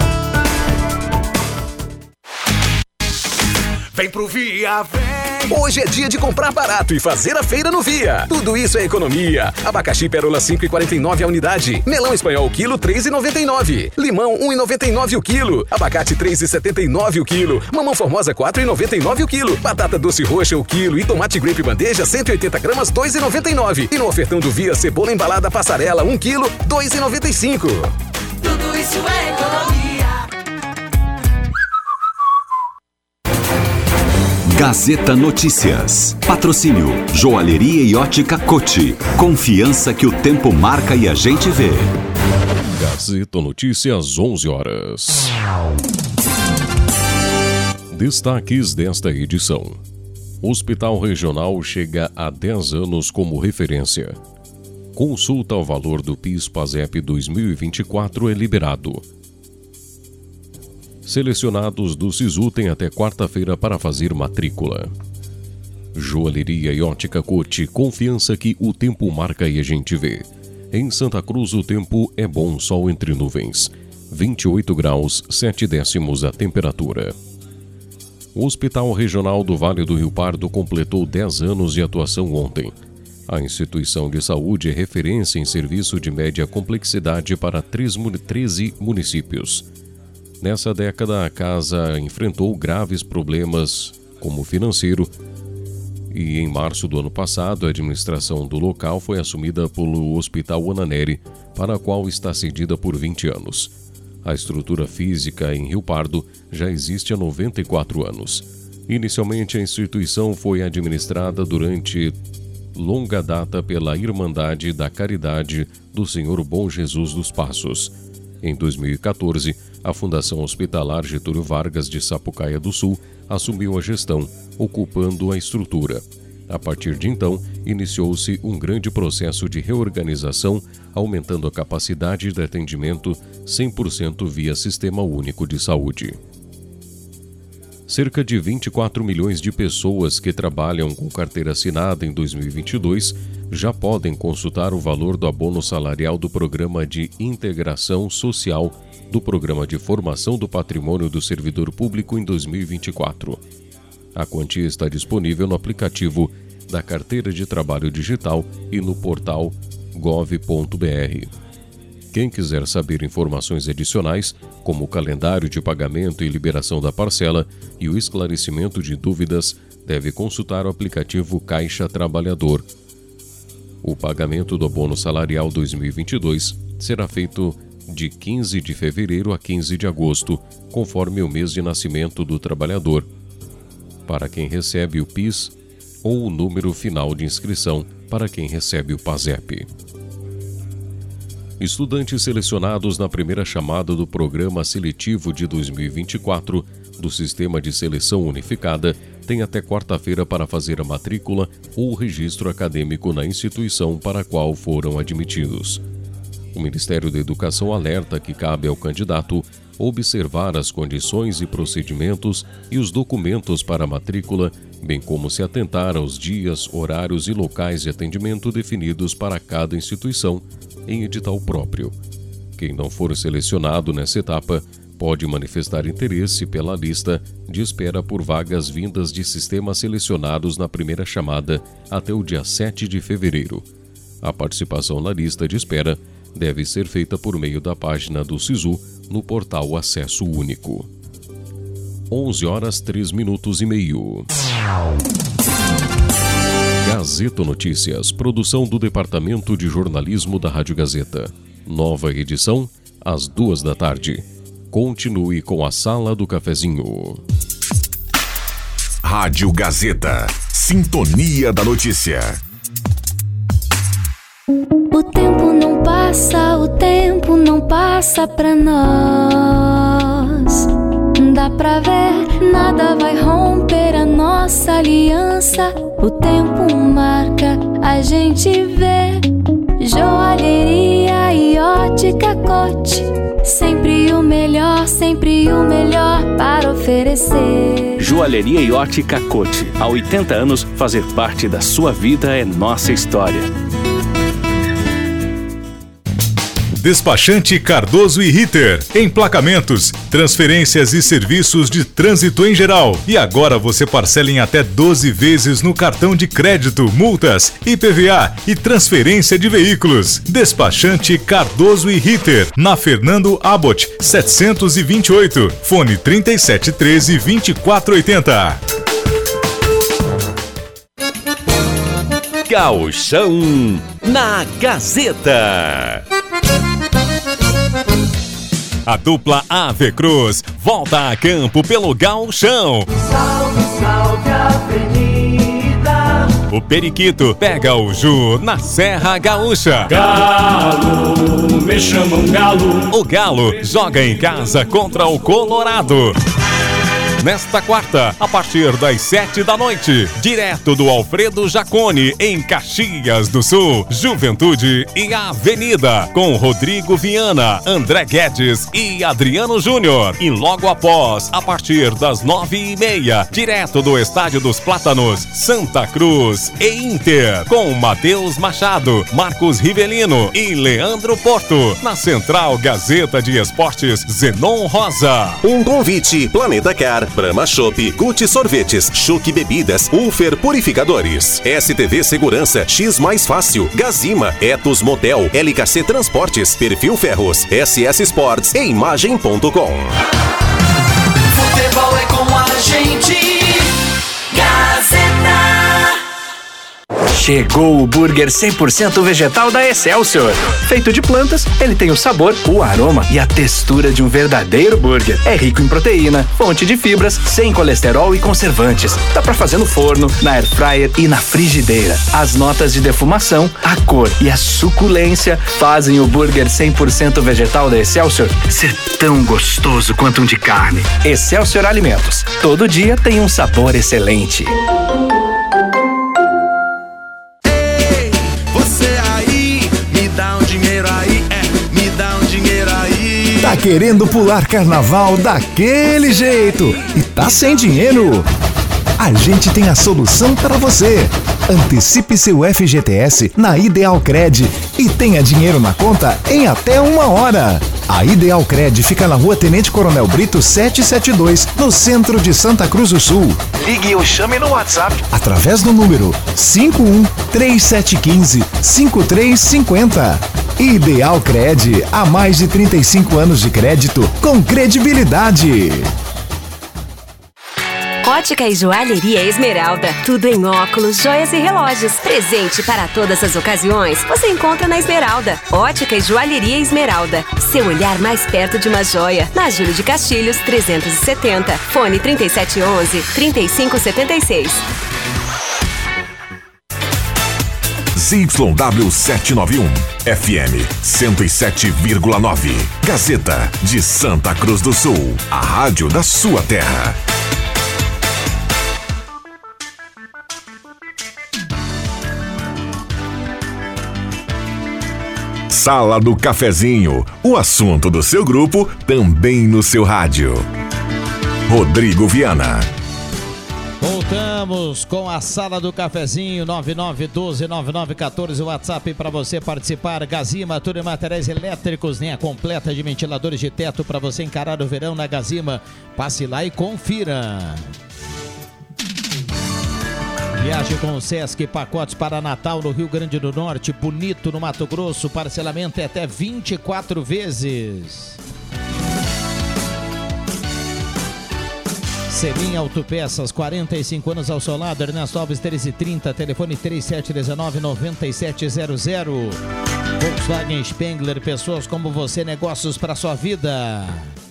Vem pro Via, vem! Hoje é dia de comprar barato e fazer a feira no Via. Tudo isso é economia. Abacaxi Pérola 5,49 a unidade. Melão espanhol o quilo 3,99. Limão 1,99 o quilo. Abacate 3,79 o quilo. Mamão Formosa 4,99 o quilo. Batata doce roxa o quilo e tomate grape bandeja 180 gramas 2,99. E no ofertão do Via cebola embalada passarela 1 quilo 2,95. Tudo isso é economia. Gazeta Notícias. Patrocínio Joalheria e Ótica Cote. Confiança que o tempo marca e a gente vê. Gazeta Notícias, 11 horas. Destaques desta edição. Hospital Regional chega a 10 anos como referência. Consulta ao valor do PIS/PASEP 2024 é liberado. Selecionados do SISU têm até quarta-feira para fazer matrícula. Joalheria e Ótica Cote, confiança que o tempo marca e a gente vê. Em Santa Cruz o tempo é bom, sol entre nuvens. 28 graus, 7 décimos a temperatura. O Hospital Regional do Vale do Rio Pardo completou 10 anos de atuação ontem. A instituição de saúde é referência em serviço de média complexidade para 13 municípios. Nessa década, a casa enfrentou graves problemas como financeiro e em março do ano passado a administração do local foi assumida pelo Hospital Ananeri, para a qual está cedida por 20 anos. A estrutura física em Rio Pardo já existe há 94 anos. Inicialmente, a instituição foi administrada durante longa data pela Irmandade da Caridade do Senhor Bom Jesus dos Passos. Em 2014, a Fundação Hospitalar Getúlio Vargas de Sapucaia do Sul assumiu a gestão, ocupando a estrutura. A partir de então, iniciou-se um grande processo de reorganização, aumentando a capacidade de atendimento 100% via Sistema Único de Saúde. Cerca de 24 milhões de pessoas que trabalham com carteira assinada em 2022 já podem consultar o valor do abono salarial do Programa de Integração Social do Programa de Formação do Patrimônio do Servidor Público em 2024. A quantia está disponível no aplicativo da Carteira de Trabalho Digital e no portal gov.br. Quem quiser saber informações adicionais, como o calendário de pagamento e liberação da parcela e o esclarecimento de dúvidas, deve consultar o aplicativo Caixa Trabalhador. O pagamento do abono salarial 2022 será feito de 15 de fevereiro a 15 de agosto, conforme o mês de nascimento do trabalhador. Para quem recebe o PIS, ou o número final de inscrição para quem recebe o PASEP. Estudantes selecionados na primeira chamada do Programa Seletivo de 2024 do Sistema de Seleção Unificada têm até quarta-feira para fazer a matrícula ou o registro acadêmico na instituição para a qual foram admitidos. O Ministério da Educação alerta que cabe ao candidato observar as condições e procedimentos e os documentos para a matrícula, bem como se atentar aos dias, horários e locais de atendimento definidos para cada instituição em edital próprio. Quem não for selecionado nessa etapa pode manifestar interesse pela lista de espera por vagas vindas de sistemas selecionados na primeira chamada até o dia 7 de fevereiro. A participação na lista de espera deve ser feita por meio da página do SISU no portal Acesso Único. 11h03:30. Gazeta Notícias, produção do Departamento de Jornalismo da Rádio Gazeta. Nova edição, às 14h. Continue com a Sala do Cafezinho. Rádio Gazeta. Sintonia da Notícia. O tempo não passa pra nós. Dá pra ver, nada vai romper a nossa aliança. O tempo marca, a gente vê. Joalheria e ótica Cote. Sempre o melhor para oferecer. Joalheria e ótica Cote. Há 80 anos, fazer parte da sua vida é nossa história. Despachante Cardoso e Ritter. Emplacamentos, transferências e serviços de trânsito em geral. E agora você parcela em até 12 vezes no cartão de crédito, multas, IPVA e transferência de veículos. Despachante Cardoso e Ritter. Na Fernando Abbott, 728. Fone 3713-2480. Gauchão na Gazeta. A dupla Ave Cruz volta a campo pelo Gauchão. Salve, salve, avenida. O Periquito pega o Ju na Serra Gaúcha. Galo, me chamam Galo. O Galo joga em casa contra o Colorado. Nesta quarta, a partir das 7h, direto do Alfredo Jaconi, em Caxias do Sul, Juventude e Avenida, com Rodrigo Viana, André Guedes e Adriano Júnior. E logo após, a partir das 9h30, direto do Estádio dos Plátanos, Santa Cruz e Inter, com Matheus Machado, Marcos Rivelino e Leandro Porto, na Central Gazeta de Esportes Zenon Rosa. Um convite, Planeta Car, Brahma Chopp, Gucci Sorvetes, Chuc Bebidas, Ufer Purificadores, STV Segurança, X Mais Fácil, Gazima, Etos Motel, LKC Transportes, Perfil Ferros, SS Sports e Imagem.com. Futebol é com a gente. Gazeta. Chegou o hambúrguer 100% vegetal da Excelsior. Feito de plantas, ele tem o sabor, o aroma e a textura de um verdadeiro hambúrguer. É rico em proteína, fonte de fibras, sem colesterol e conservantes. Dá pra fazer no forno, na air fryer e na frigideira. As notas de defumação, a cor e a suculência fazem o hambúrguer 100% vegetal da Excelsior ser tão gostoso quanto um de carne. Excelsior Alimentos. Todo dia tem um sabor excelente. Ei, você aí, me dá um dinheiro aí, me dá um dinheiro aí. Tá querendo pular carnaval daquele jeito e tá sem dinheiro? A gente tem a solução para você. Antecipe seu FGTS na Idealcred e tenha dinheiro na conta em até 1 hora. A Idealcred fica na Rua Tenente Coronel Brito 772, no centro de Santa Cruz do Sul. Ligue ou chame no WhatsApp através do número 51-3715-5350. Idealcred, há mais de 35 anos de crédito com credibilidade. Ótica e Joalheria Esmeralda. Tudo em óculos, joias e relógios. Presente para todas as ocasiões. Você encontra na Esmeralda. Ótica e Joalheria Esmeralda. Seu olhar mais perto de uma joia. Na Júlio de Castilhos, 370. Fone 3711-3576. ZYW 791, FM 107,9. Gazeta de Santa Cruz do Sul. A rádio da sua terra. Sala do Cafezinho, o assunto do seu grupo também no seu rádio. Rodrigo Viana. Voltamos com a Sala do Cafezinho, 9912-9914, o WhatsApp para você participar. Gazima, tudo em materiais elétricos, linha completa de ventiladores de teto para você encarar o verão na Gazima. Passe lá e confira. Viaje com o Sesc, pacotes para Natal no Rio Grande do Norte, Bonito no Mato Grosso, parcelamento é até 24 vezes. Selim Autopeças, 45 anos ao seu lado, Ernesto Alves 1330, telefone 3719-9700. Volkswagen Spengler, pessoas como você, negócios para sua vida.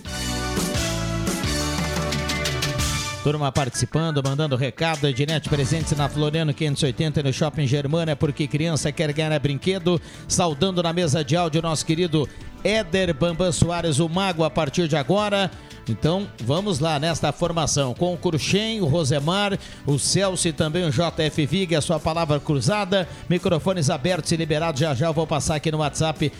Turma participando, mandando recado. Ednet Presentes na Floriano 580 no Shopping Germana, porque criança quer ganhar brinquedo. Saudando na mesa de áudio nosso querido Éder Bambam Soares, o mago, a partir de agora. Então vamos lá nesta formação com o Cruxem, o Rosemar, o Celso e também o JF Vig, a sua palavra cruzada. Microfones abertos e liberados, já eu vou passar aqui no WhatsApp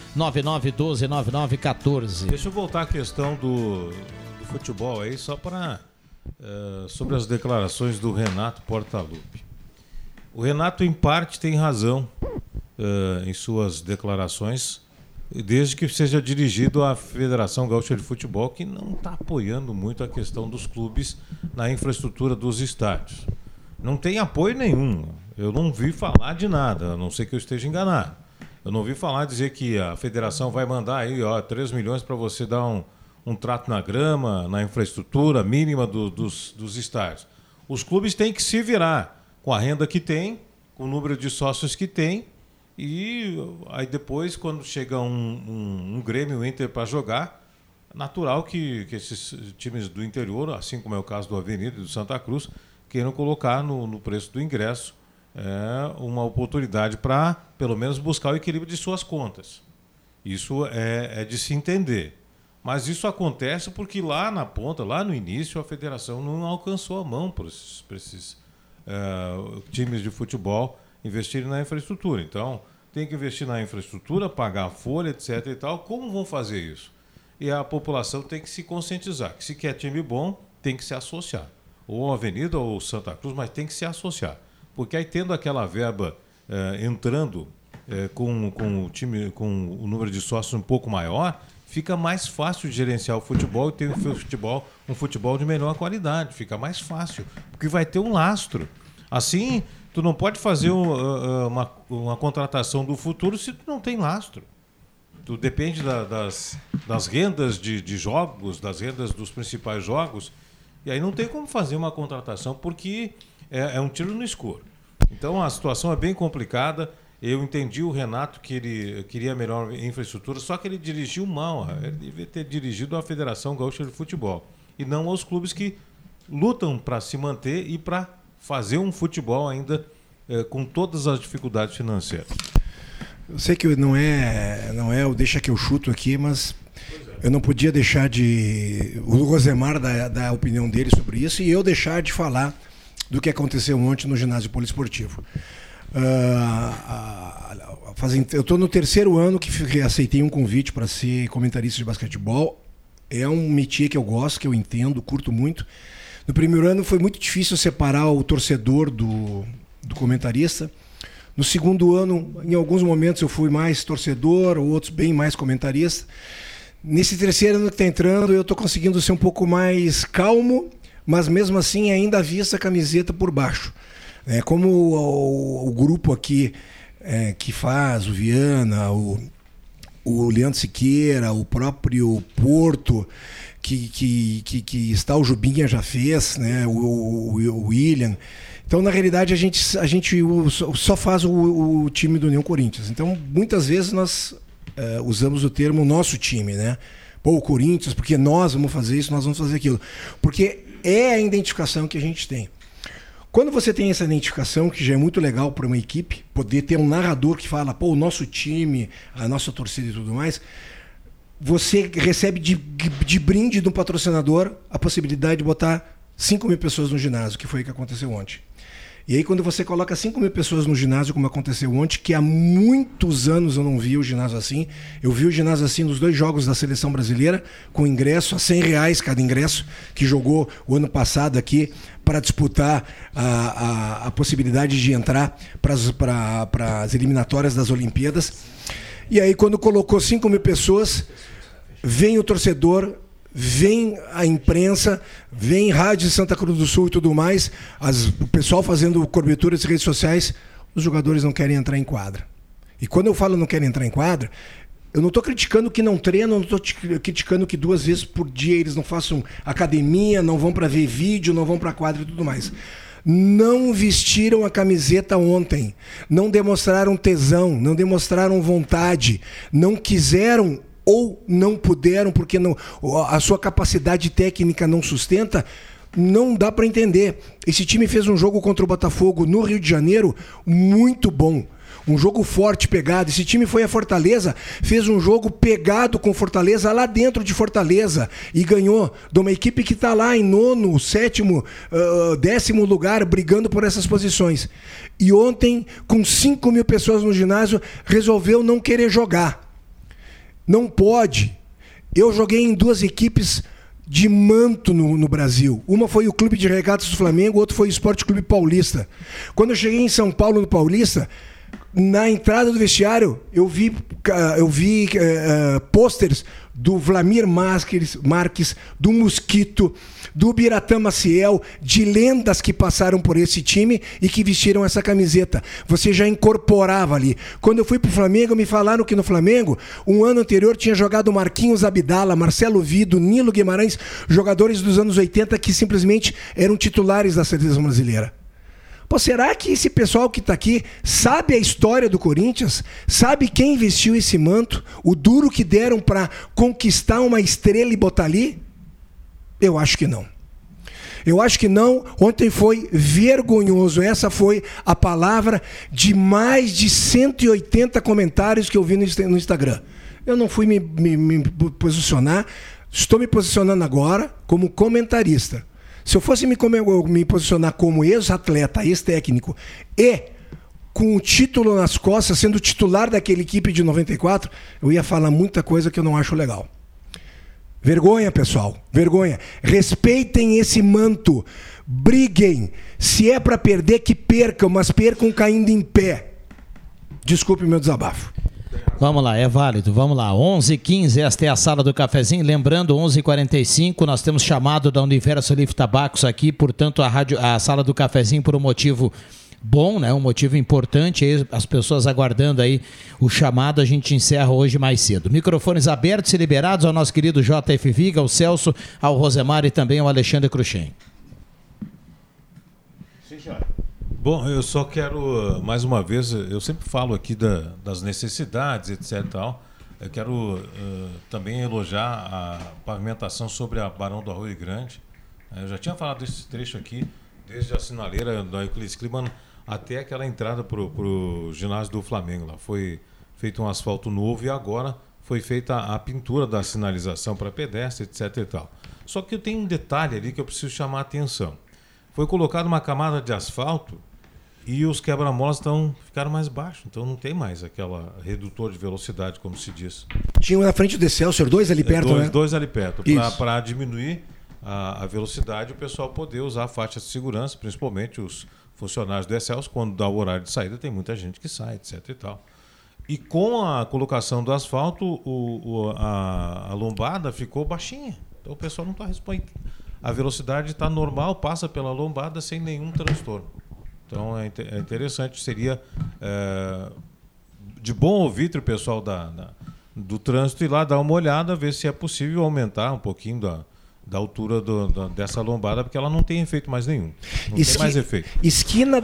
9912-9914. Deixa eu voltar à questão do futebol aí, só para... sobre as declarações do Renato Portaluppi. O Renato, em parte, tem razão em suas declarações, desde que seja dirigido à Federação Gaúcha de Futebol, que não está apoiando muito a questão dos clubes na infraestrutura dos estádios. Não tem apoio nenhum. Eu não vi falar de nada, a não ser que eu esteja enganado. Eu não vi falar dizer que a federação vai mandar aí 3 milhões para você dar um trato na grama, na infraestrutura mínima dos estádios. Os clubes têm que se virar com a renda que tem, com o número de sócios que tem, e aí depois, quando chega um Grêmio, Inter para jogar, natural que esses times do interior, assim como é o caso do Avenida e do Santa Cruz, queiram colocar no preço do ingresso uma oportunidade para, pelo menos, buscar o equilíbrio de suas contas. Isso é de se entender. Mas isso acontece porque lá na ponta, lá no início, a federação não alcançou a mão para esses times de futebol investirem na infraestrutura. Então, tem que investir na infraestrutura, pagar a folha, etc. e tal. Como vão fazer isso? E a população tem que se conscientizar que se quer time bom, tem que se associar. Ou a Avenida ou Santa Cruz, mas tem que se associar. Porque aí, tendo aquela verba entrando com o time, com o número de sócios um pouco maior, fica mais fácil de gerenciar o futebol e ter um futebol de melhor qualidade. Fica mais fácil, porque vai ter um lastro. Assim, tu não pode fazer uma contratação do futuro se tu não tem lastro. Tu depende das rendas de jogos, das rendas dos principais jogos, e aí não tem como fazer uma contratação, porque é um tiro no escuro. Então a situação é bem complicada. Eu entendi o Renato que ele queria melhor infraestrutura, só que ele dirigiu mal. Ele devia ter dirigido a Federação Gaúcha de Futebol e não aos clubes que lutam para se manter e para fazer um futebol ainda com todas as dificuldades financeiras. Eu sei que não é o deixa que eu chuto aqui, mas eu não podia deixar de o Rosemar dar a opinião dele sobre isso e eu deixar de falar do que aconteceu ontem no ginásio poliesportivo. Eu estou no 3º ano que aceitei um convite para ser comentarista de basquetebol. É um métier que eu gosto, que eu entendo, curto muito. No 1º ano foi muito difícil separar o torcedor do comentarista. No 2º ano, em alguns momentos eu fui mais torcedor, outros bem mais comentarista. Nesse 3º ano que está entrando, eu estou conseguindo ser um pouco mais calmo, mas mesmo assim ainda vista a camiseta por baixo. Como o grupo aqui que faz, o Viana, o Leandro Siqueira, o próprio Porto, que está, o Jubinha já fez, né? o William. Então, na realidade, a gente só faz o time do União Corinthians. Então, muitas vezes nós usamos o termo nosso time, né? Pô, o Corinthians, porque nós vamos fazer isso, nós vamos fazer aquilo. Porque é a identificação que a gente tem. Quando você tem essa identificação, que já é muito legal para uma equipe, poder ter um narrador que fala, pô, o nosso time, a nossa torcida e tudo mais, você recebe de brinde de um patrocinador a possibilidade de botar 5 mil pessoas no ginásio, que foi o que aconteceu ontem. E aí quando você coloca 5 mil pessoas no ginásio, como aconteceu ontem, que há muitos anos eu não vi o ginásio assim, eu vi o ginásio assim nos 2 jogos da Seleção Brasileira, com ingresso a R$100 cada ingresso, que jogou o ano passado aqui para disputar a possibilidade de entrar para as eliminatórias das Olimpíadas. E aí quando colocou 5 mil pessoas, vem o torcedor, vem a imprensa, vem rádio de Santa Cruz do Sul e tudo mais, o pessoal fazendo coberturas de redes sociais, os jogadores não querem entrar em quadra. E quando eu falo não querem entrar em quadra, eu não estou criticando que não treinam, não estou criticando que 2 vezes por dia eles não façam academia, não vão para ver vídeo, não vão para quadra e tudo mais. Não vestiram a camiseta ontem, não demonstraram tesão, não demonstraram vontade, não quiseram ou não puderam porque a sua capacidade técnica não sustenta, não dá para entender. Esse time fez um jogo contra o Botafogo no Rio de Janeiro muito bom. Um jogo forte, pegado. Esse time foi a Fortaleza, fez um jogo pegado com Fortaleza lá dentro de Fortaleza e ganhou de uma equipe que está lá em 9º, 7º, 10º lugar brigando por essas posições. E ontem, com 5 mil pessoas no ginásio, resolveu não querer jogar. Não pode. Eu joguei em 2 equipes de manto no Brasil. Uma foi o Clube de Regatas do Flamengo, outro foi o Esporte Clube Paulista. Quando eu cheguei em São Paulo, no Paulista, na entrada do vestiário, eu vi pôsteres do Vlamir Marques, do Mosquito, do Biratã Maciel, de lendas que passaram por esse time e que vestiram essa camiseta. Você já incorporava ali. Quando eu fui pro Flamengo, me falaram que no Flamengo, um ano anterior, tinha jogado Marquinhos Abdala, Marcelo Vido, Nilo Guimarães, jogadores dos anos 80 que simplesmente eram titulares da seleção brasileira. Pô, será que esse pessoal que está aqui sabe a história do Corinthians? Sabe quem vestiu esse manto? O duro que deram para conquistar uma estrela e botar ali? Eu acho que não. Eu acho que não. Ontem foi vergonhoso. Essa foi a palavra de mais de 180 comentários que eu vi no Instagram. Eu não fui me posicionar. Estou me posicionando agora como comentarista. Se eu fosse me posicionar como ex-atleta, ex-técnico e com o título nas costas, sendo titular daquela equipe de 94, eu ia falar muita coisa que eu não acho legal. Vergonha, pessoal. Vergonha. Respeitem esse manto. Briguem. Se é para perder, que percam, mas percam caindo em pé. Desculpe o meu desabafo. Vamos lá, é válido, vamos lá, 11h15, esta é a Sala do Cafezinho, lembrando, 11h45, nós temos chamado da Universo Livre Tabacos aqui, portanto a Sala do Cafezinho por um motivo bom, né? Um motivo importante, aí, as pessoas aguardando aí o chamado, a gente encerra hoje mais cedo. Microfones abertos e liberados ao nosso querido JF Viga, ao Celso, ao Rosemar e também ao Alexandre Cruxem. Sim, senhor. Bom, eu só quero, mais uma vez, eu sempre falo aqui das necessidades, etc. e tal. Eu quero também elogiar a pavimentação sobre a Barão do Arroio Grande. Eu já tinha falado desse trecho aqui, desde a sinaleira da Euclides Kliman até aquela entrada para o ginásio do Flamengo. Lá foi feito um asfalto novo e agora foi feita a pintura da sinalização para pedestre, etc. e tal. Só que tem um detalhe ali que eu preciso chamar a atenção. Foi colocada uma camada de asfalto e os quebra-molas ficaram mais baixos. Então não tem mais aquela redutor de velocidade, como se diz. Tinha na frente do Excelsior, 2 ali perto, né? 2 ali perto. Para diminuir a velocidade, o pessoal poder usar a faixa de segurança, principalmente os funcionários do Excelsior, quando dá o horário de saída, tem muita gente que sai, etc. e tal. E com a colocação do asfalto, a lombada ficou baixinha. Então o pessoal não está respondendo. A velocidade está normal, passa pela lombada sem nenhum transtorno. Então é interessante, seria de bom ouvido o pessoal do trânsito ir lá dar uma olhada, ver se é possível aumentar um pouquinho da altura dessa lombada, porque ela não tem efeito mais nenhum. Não tem mais efeito. Esquina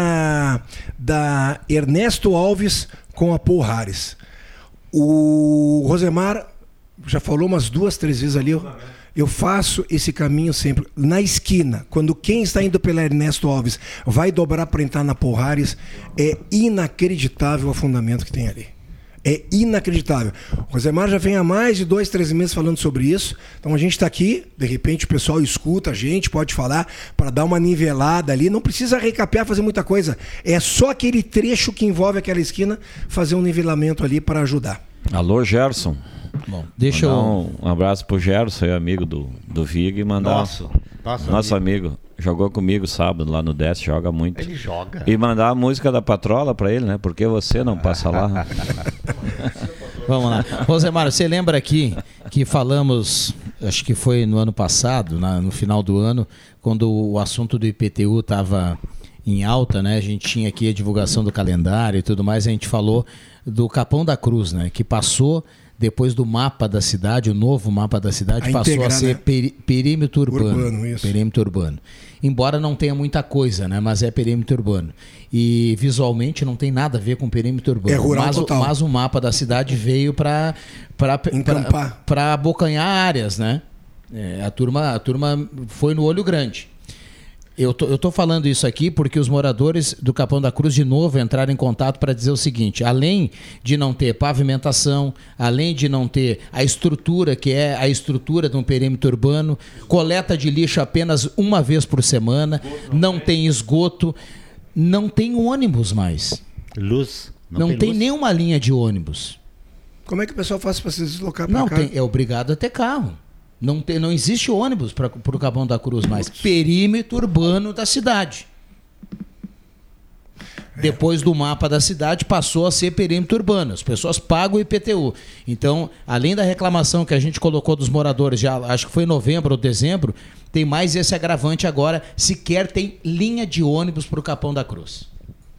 da Ernesto Alves com a Paul Harris. O Rosemar já falou umas 2, 3 vezes ali. Eu faço esse caminho sempre. Na esquina, quando quem está indo pela Ernesto Alves vai dobrar para entrar na Paul Harris, é inacreditável o afundamento que tem ali. É inacreditável. O Rosemar já vem há mais de 2, 3 meses falando sobre isso. Então a gente está aqui, de repente o pessoal escuta a gente, pode falar, para dar uma nivelada ali. Não precisa recapear, fazer muita coisa. É só aquele trecho que envolve aquela esquina, fazer um nivelamento ali para ajudar. Alô, Gerson. Bom, deixa eu... Um abraço pro Gerson, amigo do Vig, e mandar... Nosso amigo. Jogou comigo sábado lá no 10, joga muito. Ele joga. E mandar a música da Patrola pra ele, né? Porque você não passa lá. Vamos lá. Rosemar, você lembra aqui que falamos, acho que foi no ano passado, no final do ano, quando o assunto do IPTU estava em alta, né? A gente tinha aqui a divulgação do calendário e tudo mais, a gente falou do Capão da Cruz, né? Que passou... Depois do mapa da cidade, o novo mapa da cidade passou a ser perímetro urbano. Perímetro urbano. Embora não tenha muita coisa, né? Mas é perímetro urbano. E visualmente não tem nada a ver com perímetro urbano. É rural total. Mas o mapa da cidade veio para abocanhar áreas, né? A turma foi no olho grande. Eu tô falando isso aqui porque os moradores do Capão da Cruz, de novo, entraram em contato para dizer o seguinte: além de não ter pavimentação, além de não ter a estrutura, que é a estrutura de um perímetro urbano, coleta de lixo apenas uma vez por semana, não tem esgoto, não tem ônibus mais. Luz. Não tem luz. Nenhuma linha de ônibus. Como é que o pessoal faz para se deslocar para cá? Não, é obrigado a ter carro. Não existe ônibus para o Capão da Cruz mais. Perímetro urbano da cidade. Depois do mapa da cidade, passou a ser perímetro urbano. As pessoas pagam o IPTU. Então, além da reclamação que a gente colocou dos moradores, já acho que foi em novembro ou dezembro, tem mais esse agravante agora. Sequer tem linha de ônibus para o Capão da Cruz.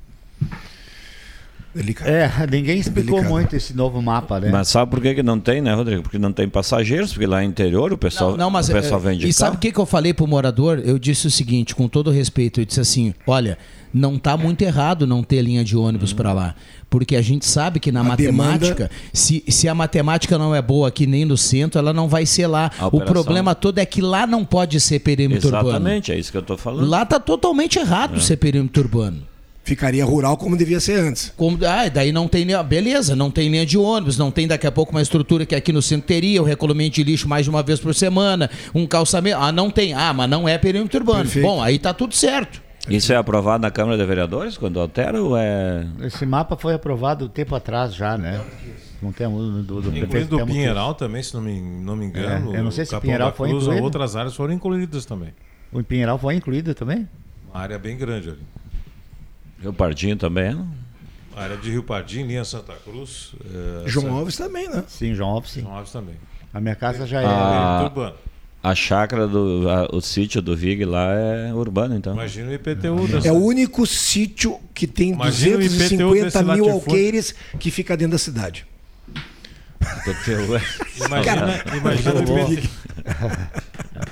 Delicado. Ninguém explicou muito esse novo mapa, né? Mas sabe por que não tem, né, Rodrigo? Porque não tem passageiros, porque lá no interior o pessoal, vem de carro. E sabe o que eu falei pro morador? Eu disse o seguinte, com todo respeito, eu disse assim, olha, não tá muito errado não ter linha de ônibus para lá, porque a gente sabe que na matemática, se a matemática não é boa aqui nem no centro, ela não vai ser lá. O problema todo é que lá não pode ser perímetro urbano. Exatamente, é isso que eu tô falando. Lá tá totalmente errado ser perímetro urbano. Ficaria rural como devia ser antes. Daí não tem... Beleza, não tem linha de ônibus, não tem daqui a pouco uma estrutura que aqui no centro teria, o recolhimento de lixo mais de uma vez por semana, um calçamento... não tem. Mas não é perímetro urbano. Perfeito. Bom, aí tá tudo certo. Isso é aprovado na Câmara de Vereadores quando altera ou é... Esse mapa foi aprovado um tempo atrás já, né? Não tem incluído do Pinheiral também, se não me engano. Eu não sei se o Pinheiral foi incluído. Outras áreas foram incluídas também. O Pinheiral foi incluído também? Uma área bem grande ali. Rio Pardinho também, né? A área de Rio Pardinho, linha Santa Cruz. João Alves também, né? Sim, João Alves sim. João Alves também. A minha casa já é urbano. A chácara o sítio do Vig lá é urbano, então. Imagina o IPTU. É o único sítio que tem 250 mil alqueires que fica dentro da cidade. Imagina o IPTU.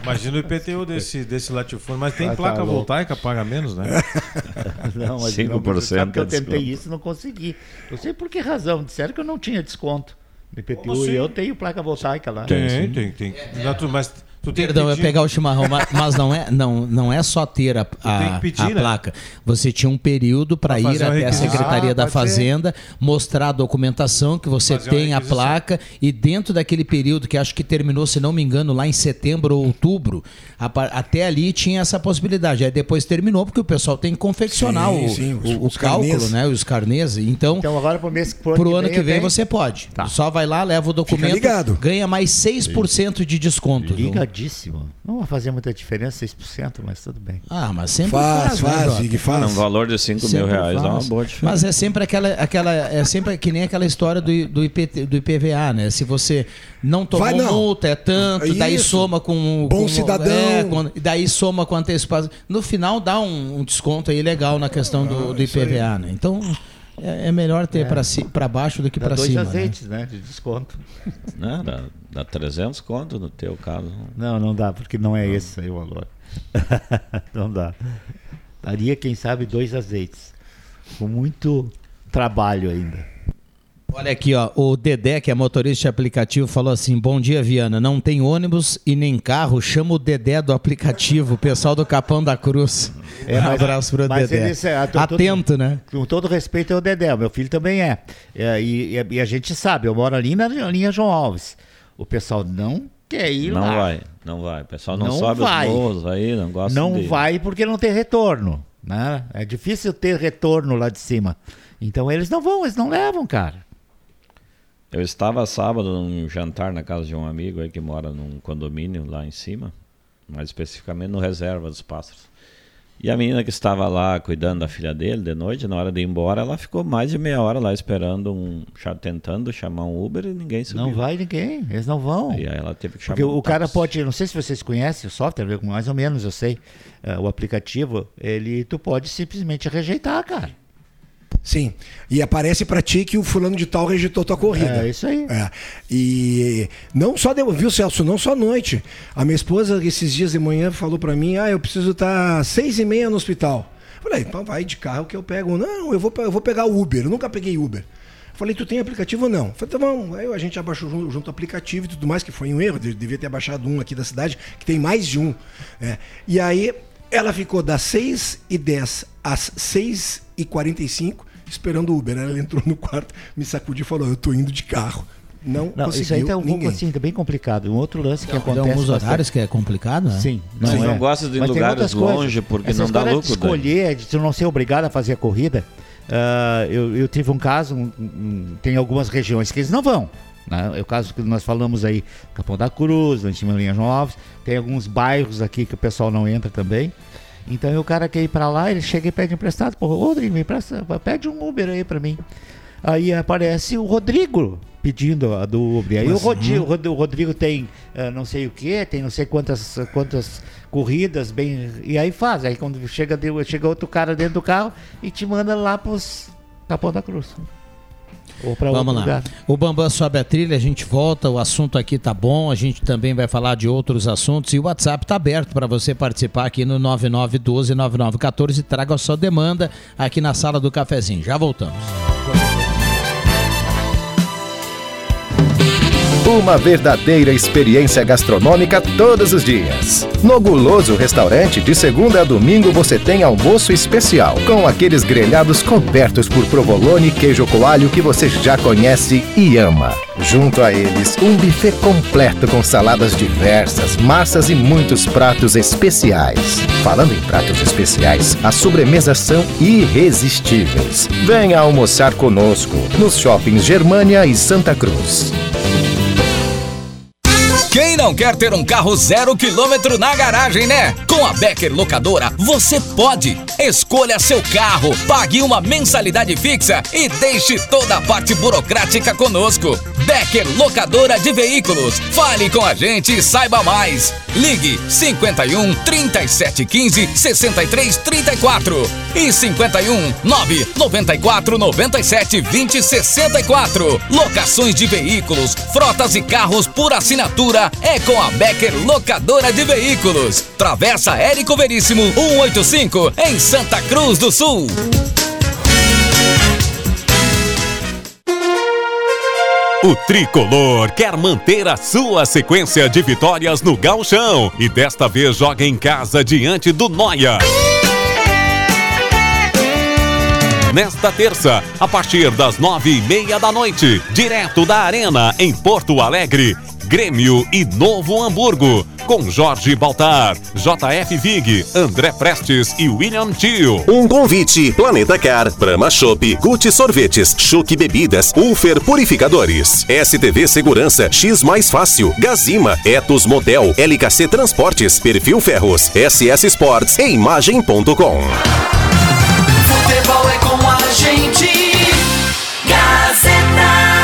Imagina o IPTU desse latifúndio, mas tem placa voltaica, paga menos, né? Não, mas 5%. Sabe que eu tentei isso e não consegui. Eu sei por que razão. Disseram que eu não tinha desconto no IPTU assim? e eu tenho placa voltaica lá. Tem. Mas tu tem Perdão, que eu ia pegar o chimarrão, mas não é só ter a pedir, né? placa. Você tinha um período para ir até a Secretaria da Fazenda, mostrar a documentação que você tem a placa, e dentro daquele período, que acho que terminou, se não me engano, lá em setembro ou outubro, até ali tinha essa possibilidade. Aí depois terminou, porque o pessoal tem que confeccionar o cálculo, né? Os carnês. Então agora pro ano que vem você pode. Tá. Só vai lá, leva o documento, ganha mais 6% de desconto. Ligadíssimo. Não vai fazer muita diferença, 6%, mas tudo bem. Ah, mas sempre faz. Um valor de 5 mil reais dá uma boa diferença. Mas é sempre é sempre que nem aquela história do IPVA, né? Se você não tomou multa, é tanto, daí soma com bom cidadão, daí soma com antecipação. No final dá um desconto aí legal na questão do IPVA, né? Então é melhor ter para baixo do que para cima. 2 azeites, né? De desconto. Não, dá 300 conto no teu caso. Não dá, porque não é esse aí o valor. Não dá. Daria, quem sabe, 2 azeites. Com muito trabalho ainda. Olha aqui, ó, o Dedé, que é motorista de aplicativo, falou assim: bom dia, Viana, não tem ônibus e nem carro, chama o Dedé do aplicativo, o pessoal do Capão da Cruz. Um abraço pro Dedé. Atento, né? Com todo respeito é o Dedé, o meu filho também é. E a gente sabe, eu moro ali na linha João Alves. O pessoal não quer ir lá. Não vai. O pessoal não sobe os morros aí, não gosta Não vai porque não tem retorno, né? É difícil ter retorno lá de cima. Então eles não vão, eles não levam, cara. Eu estava sábado num jantar na casa de um amigo aí que mora num condomínio lá em cima, mais especificamente no Reserva dos Pássaros. E a menina que estava lá cuidando da filha dele de noite, na hora de ir embora, ela ficou mais de meia hora lá esperando, tentando chamar um Uber e ninguém subiu. Não vai ninguém, eles não vão. E aí ela teve que chamar Porque o cara pode, não sei se vocês conhecem o software, mais ou menos eu sei, o aplicativo, tu pode simplesmente rejeitar, cara. Sim, e aparece pra ti que o fulano de tal rejeitou tua corrida. É isso aí. E não só viu, Celso, não só à noite. A minha esposa, esses dias de manhã, falou pra mim: eu preciso estar 6h30 no hospital. Falei, então vai de carro que eu pego. Não, eu vou pegar o Uber, eu nunca peguei Uber. Falei, tu tem aplicativo ou não? Falei, tá bom. Aí a gente abaixou junto o aplicativo e tudo mais, que foi um erro, devia ter baixado um aqui da cidade, que tem mais de um. E aí ela ficou das 6h10 às 6h45 esperando o Uber. Ela entrou no quarto, me sacudiu e falou: eu tô indo de carro. Não conseguiu. Isso aí tá bem complicado. Um outro lance que acontece. Tem uns horários que é complicado, né? Sim. Vocês não gostam de lugares longe porque não dá lucro. Escolher, de tu não ser obrigado a fazer a corrida. Eu tive um caso, tem algumas regiões que eles não vão. É o caso que nós falamos aí, Capão da Cruz, lá em cima da linha João Alves. Tem alguns bairros aqui que o pessoal não entra também. Então o cara quer ir pra lá, ele chega e pede emprestado. Pô, Rodrigo, me empresta, pede um Uber aí pra mim. Aí aparece o Rodrigo pedindo a do Uber. Aí o Rodrigo tem não sei o que, tem não sei quantas corridas, e aí faz. Aí quando chega outro cara dentro do carro e te manda lá pros Capão da Cruz. Vamos lá. Lugar. O Bambam sobe a trilha, a gente volta, o assunto aqui tá bom, a gente também vai falar de outros assuntos e o WhatsApp tá aberto para você participar aqui no 9912-9914 e traga a sua demanda aqui na sala do cafezinho. Já voltamos. Uma verdadeira experiência gastronômica todos os dias. No Guloso Restaurante, de segunda a domingo, você tem almoço especial, com aqueles grelhados cobertos por provolone e queijo coalho que você já conhece e ama. Junto a eles, um buffet completo com saladas diversas, massas e muitos pratos especiais. Falando em pratos especiais, as sobremesas são irresistíveis. Venha almoçar conosco, nos shoppings Germânia e Santa Cruz. Quem não quer ter um carro 0 km na garagem, né? Com a Becker Locadora, você pode. Escolha seu carro, pague uma mensalidade fixa e deixe toda a parte burocrática conosco. Becker Locadora de Veículos. Fale com a gente e saiba mais. Ligue 51 37 15 63 34 e 51 994 97 20 64. Locações de veículos, frotas e carros por assinatura é é com a Becker Locadora de Veículos. Travessa Érico Veríssimo 185, em Santa Cruz do Sul. O Tricolor quer manter a sua sequência de vitórias no Gauchão e desta vez joga em casa diante do Nóia. Nesta terça, a partir das 9:30 da noite, direto da Arena, em Porto Alegre, Grêmio e Novo Hamburgo, com Jorge Baltar, JF Vig, André Prestes e William Tio. Um convite: Planeta Car, Brahma Chopp, Gucci Sorvetes, Chuc Bebidas, Ulfer Purificadores, STV Segurança, X Mais Fácil, Gazima, Etos Motel, LKC Transportes, Perfil Ferros, SS Sports e Imagem.com. Futebol é com a gente. Gazeta.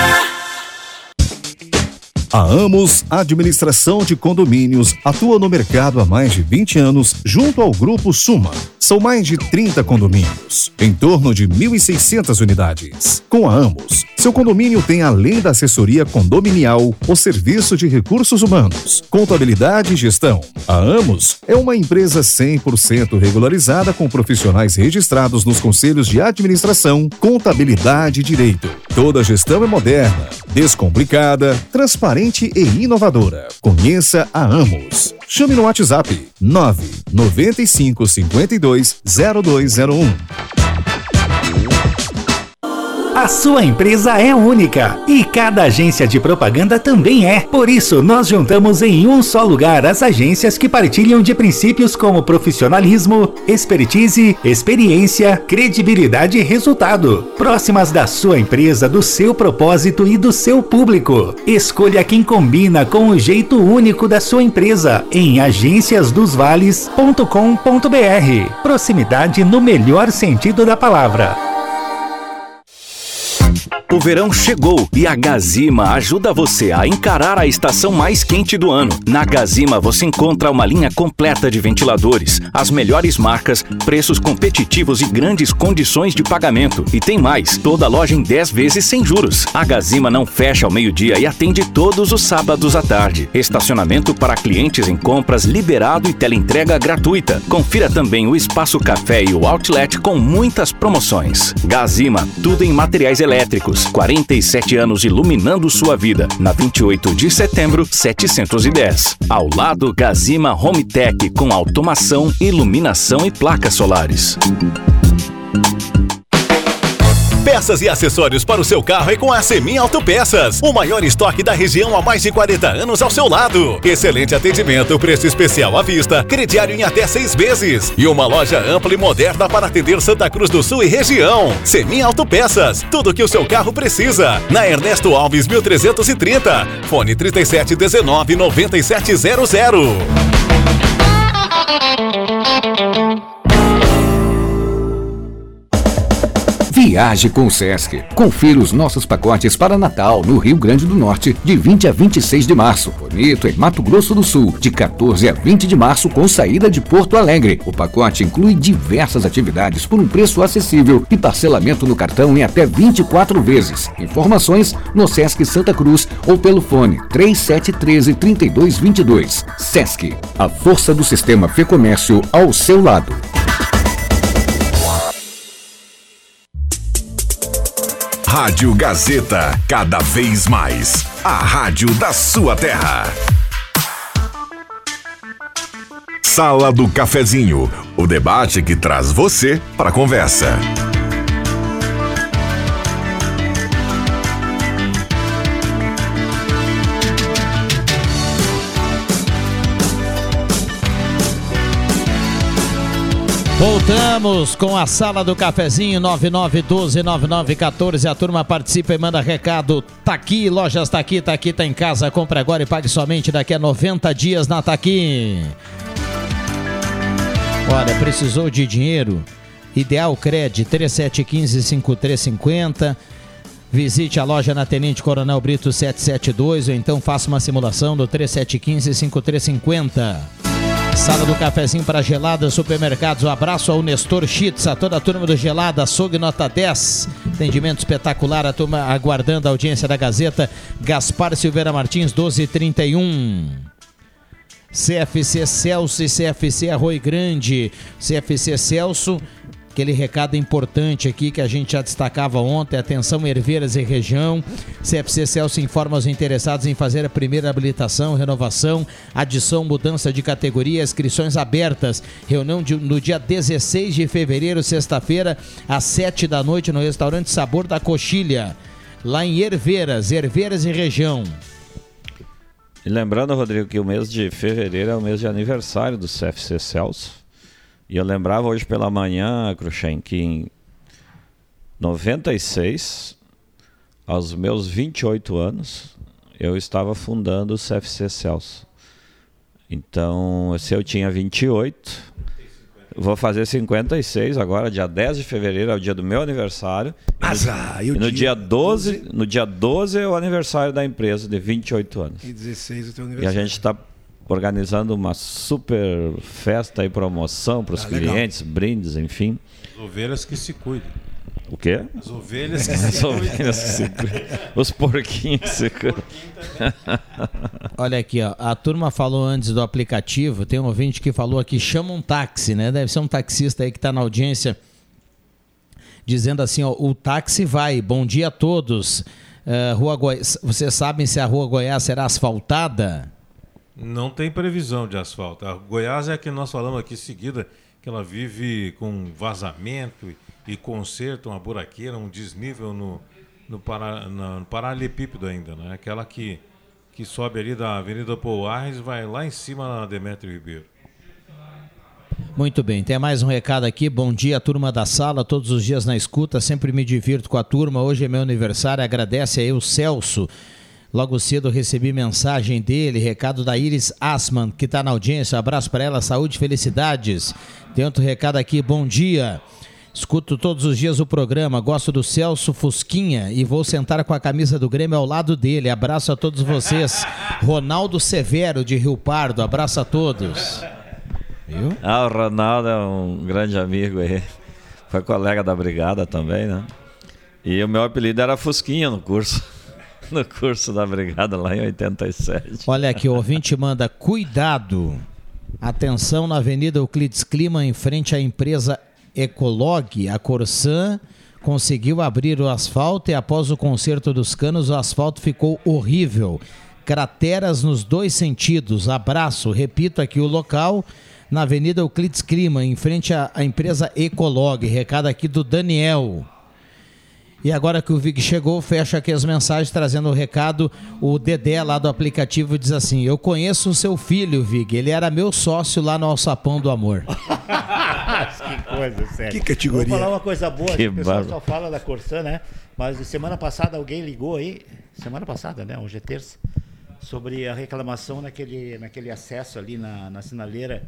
A Amos Administração de Condomínios atua no mercado há mais de 20 anos junto ao Grupo Suma. São mais de 30 condomínios, em torno de 1.600 unidades. Com a Amos, seu condomínio tem, além da assessoria condominial, o serviço de recursos humanos, contabilidade e gestão. A Amos é uma empresa 100% regularizada com profissionais registrados nos conselhos de administração, contabilidade e direito. Toda a gestão é moderna, descomplicada, transparente e inovadora. Conheça a Amos. Chame no WhatsApp 995 52 0201. A sua empresa é única e cada agência de propaganda também é. Por isso, nós juntamos em um só lugar as agências que partilham de princípios como profissionalismo, expertise, experiência, credibilidade e resultado. Próximas da sua empresa, do seu propósito e do seu público. Escolha quem combina com o jeito único da sua empresa em agenciasdosvales.com.br. Proximidade no melhor sentido da palavra. O verão chegou e a Gazima ajuda você a encarar a estação mais quente do ano. Na Gazima você encontra uma linha completa de ventiladores, as melhores marcas, preços competitivos e grandes condições de pagamento. E tem mais, toda loja em 10 vezes sem juros. A Gazima não fecha ao meio-dia e atende todos os sábados à tarde. Estacionamento para clientes em compras liberado e teleentrega gratuita. Confira também o Espaço Café e o Outlet com muitas promoções. Gazima, tudo em materiais elétricos. 47 anos iluminando sua vida. Na 28 de setembro, 710. Ao lado, Gazima Home Tech, com automação, iluminação e placas solares. Peças e acessórios para o seu carro é com a Semin Autopeças. O maior estoque da região há mais de 40 anos ao seu lado. Excelente atendimento, preço especial à vista, crediário em até 6 vezes. E uma loja ampla e moderna para atender Santa Cruz do Sul e região. Semin Autopeças, tudo o que o seu carro precisa. Na Ernesto Alves 1330. Fone 3719-9700. Viaje com o Sesc. Confira os nossos pacotes para Natal, no Rio Grande do Norte, de 20 a 26 de março. Bonito, em Mato Grosso do Sul, de 14 a 20 de março, com saída de Porto Alegre. O pacote inclui diversas atividades por um preço acessível e parcelamento no cartão em até 24 vezes. Informações no Sesc Santa Cruz ou pelo fone 3713-3222. Sesc, a força do sistema Fê Comércio ao seu lado. Rádio Gazeta, cada vez mais a rádio da sua terra. Sala do Cafezinho, o debate que traz você para a conversa. Voltamos com a Sala do Cafezinho, 9912-9914. A turma participa e manda recado. Taqui, Lojas Taqui, Taqui tá em casa. Compre agora e pague somente daqui a 90 dias na Taqui. Olha, precisou de dinheiro? Ideal Cred, 3715-5350. Visite a loja na Tenente Coronel Brito 772 ou então faça uma simulação do 3715-5350. Sala do Cafezinho para Gelada Supermercados. Um abraço ao Nestor Chitz, a toda a turma do Gelada, açougue nota 10. Atendimento espetacular, a turma aguardando a audiência da Gazeta. Gaspar Silveira Martins, 1231. CFC Celso e CFC Arroio Grande. CFC Celso, aquele recado importante aqui que a gente já destacava ontem, atenção Herveiras e região. CFC Celso informa os interessados em fazer a primeira habilitação, renovação, adição, mudança de categoria, inscrições abertas. Reunião no dia 16 de fevereiro, sexta-feira, às 7 da noite, no restaurante Sabor da Coxilha, lá em Herveiras e região. E lembrando, Rodrigo, que o mês de fevereiro é o mês de aniversário do CFC Celso. E eu lembrava hoje pela manhã, Cruxem, que em 96, aos meus 28 anos, eu estava fundando o CFC Celso. Então, se eu tinha 28, vou fazer 56 agora, dia 10 de fevereiro é o dia do meu aniversário. E no dia 12 é o aniversário da empresa, de 28 anos. E 16 é o teu E aniversário. a gente está organizando uma super festa e promoção para os clientes, legal. Brindes, enfim. As ovelhas que se cuidem. O quê? As ovelhas que se cuidem. Os porquinhos que se cuidem. Olha aqui, ó, a turma falou antes do aplicativo, tem um ouvinte que falou aqui, chama um táxi, né? Deve ser um taxista aí que está na audiência, dizendo assim, ó, o táxi vai, bom dia a todos. Rua Goiás, vocês sabem se a Rua Goiás será asfaltada? Não tem previsão de asfalto. A Goiás é a que nós falamos aqui em seguida, que ela vive com vazamento e conserto, uma buraqueira, um desnível no paralelepípedo ainda, né? Aquela que sobe ali da Avenida Pouares e vai lá em cima na Demétrio Ribeiro. Muito bem, tem mais um recado aqui. Bom dia, turma da sala, todos os dias na escuta, sempre me divirto com a turma. Hoje é meu aniversário, agradece aí o Celso. Logo cedo recebi mensagem dele, recado da Iris Asman, que está na audiência. Um abraço para ela, saúde e felicidades. Tem outro recado aqui, bom dia. Escuto todos os dias o programa, gosto do Celso Fusquinha e vou sentar com a camisa do Grêmio ao lado dele. Abraço a todos vocês. Ronaldo Severo, de Rio Pardo, abraço a todos. Viu? O Ronaldo é um grande amigo aí. Foi colega da brigada também, né? E o meu apelido era Fusquinha no curso. No curso da brigada lá em 87. Olha aqui, o ouvinte manda, cuidado, atenção na Avenida Euclides Clima, em frente à empresa Ecolog, a Corsan conseguiu abrir o asfalto e após o conserto dos canos o asfalto ficou horrível, crateras nos dois sentidos. Abraço, repito aqui o local, na Avenida Euclides Clima, em frente à empresa Ecolog. Recado aqui do Daniel. E agora que o Vig chegou, fecha aqui as mensagens trazendo o recado. O Dedé lá do aplicativo diz assim, eu conheço o seu filho, Vig, ele era meu sócio lá no Alçapão do Amor. Que coisa, sério. Que categoria. Vou falar uma coisa boa, Que o pessoal barba. só fala da Corsan, né? Mas semana passada alguém ligou aí, semana passada, né? Hoje é terça, sobre a reclamação naquele acesso ali na sinaleira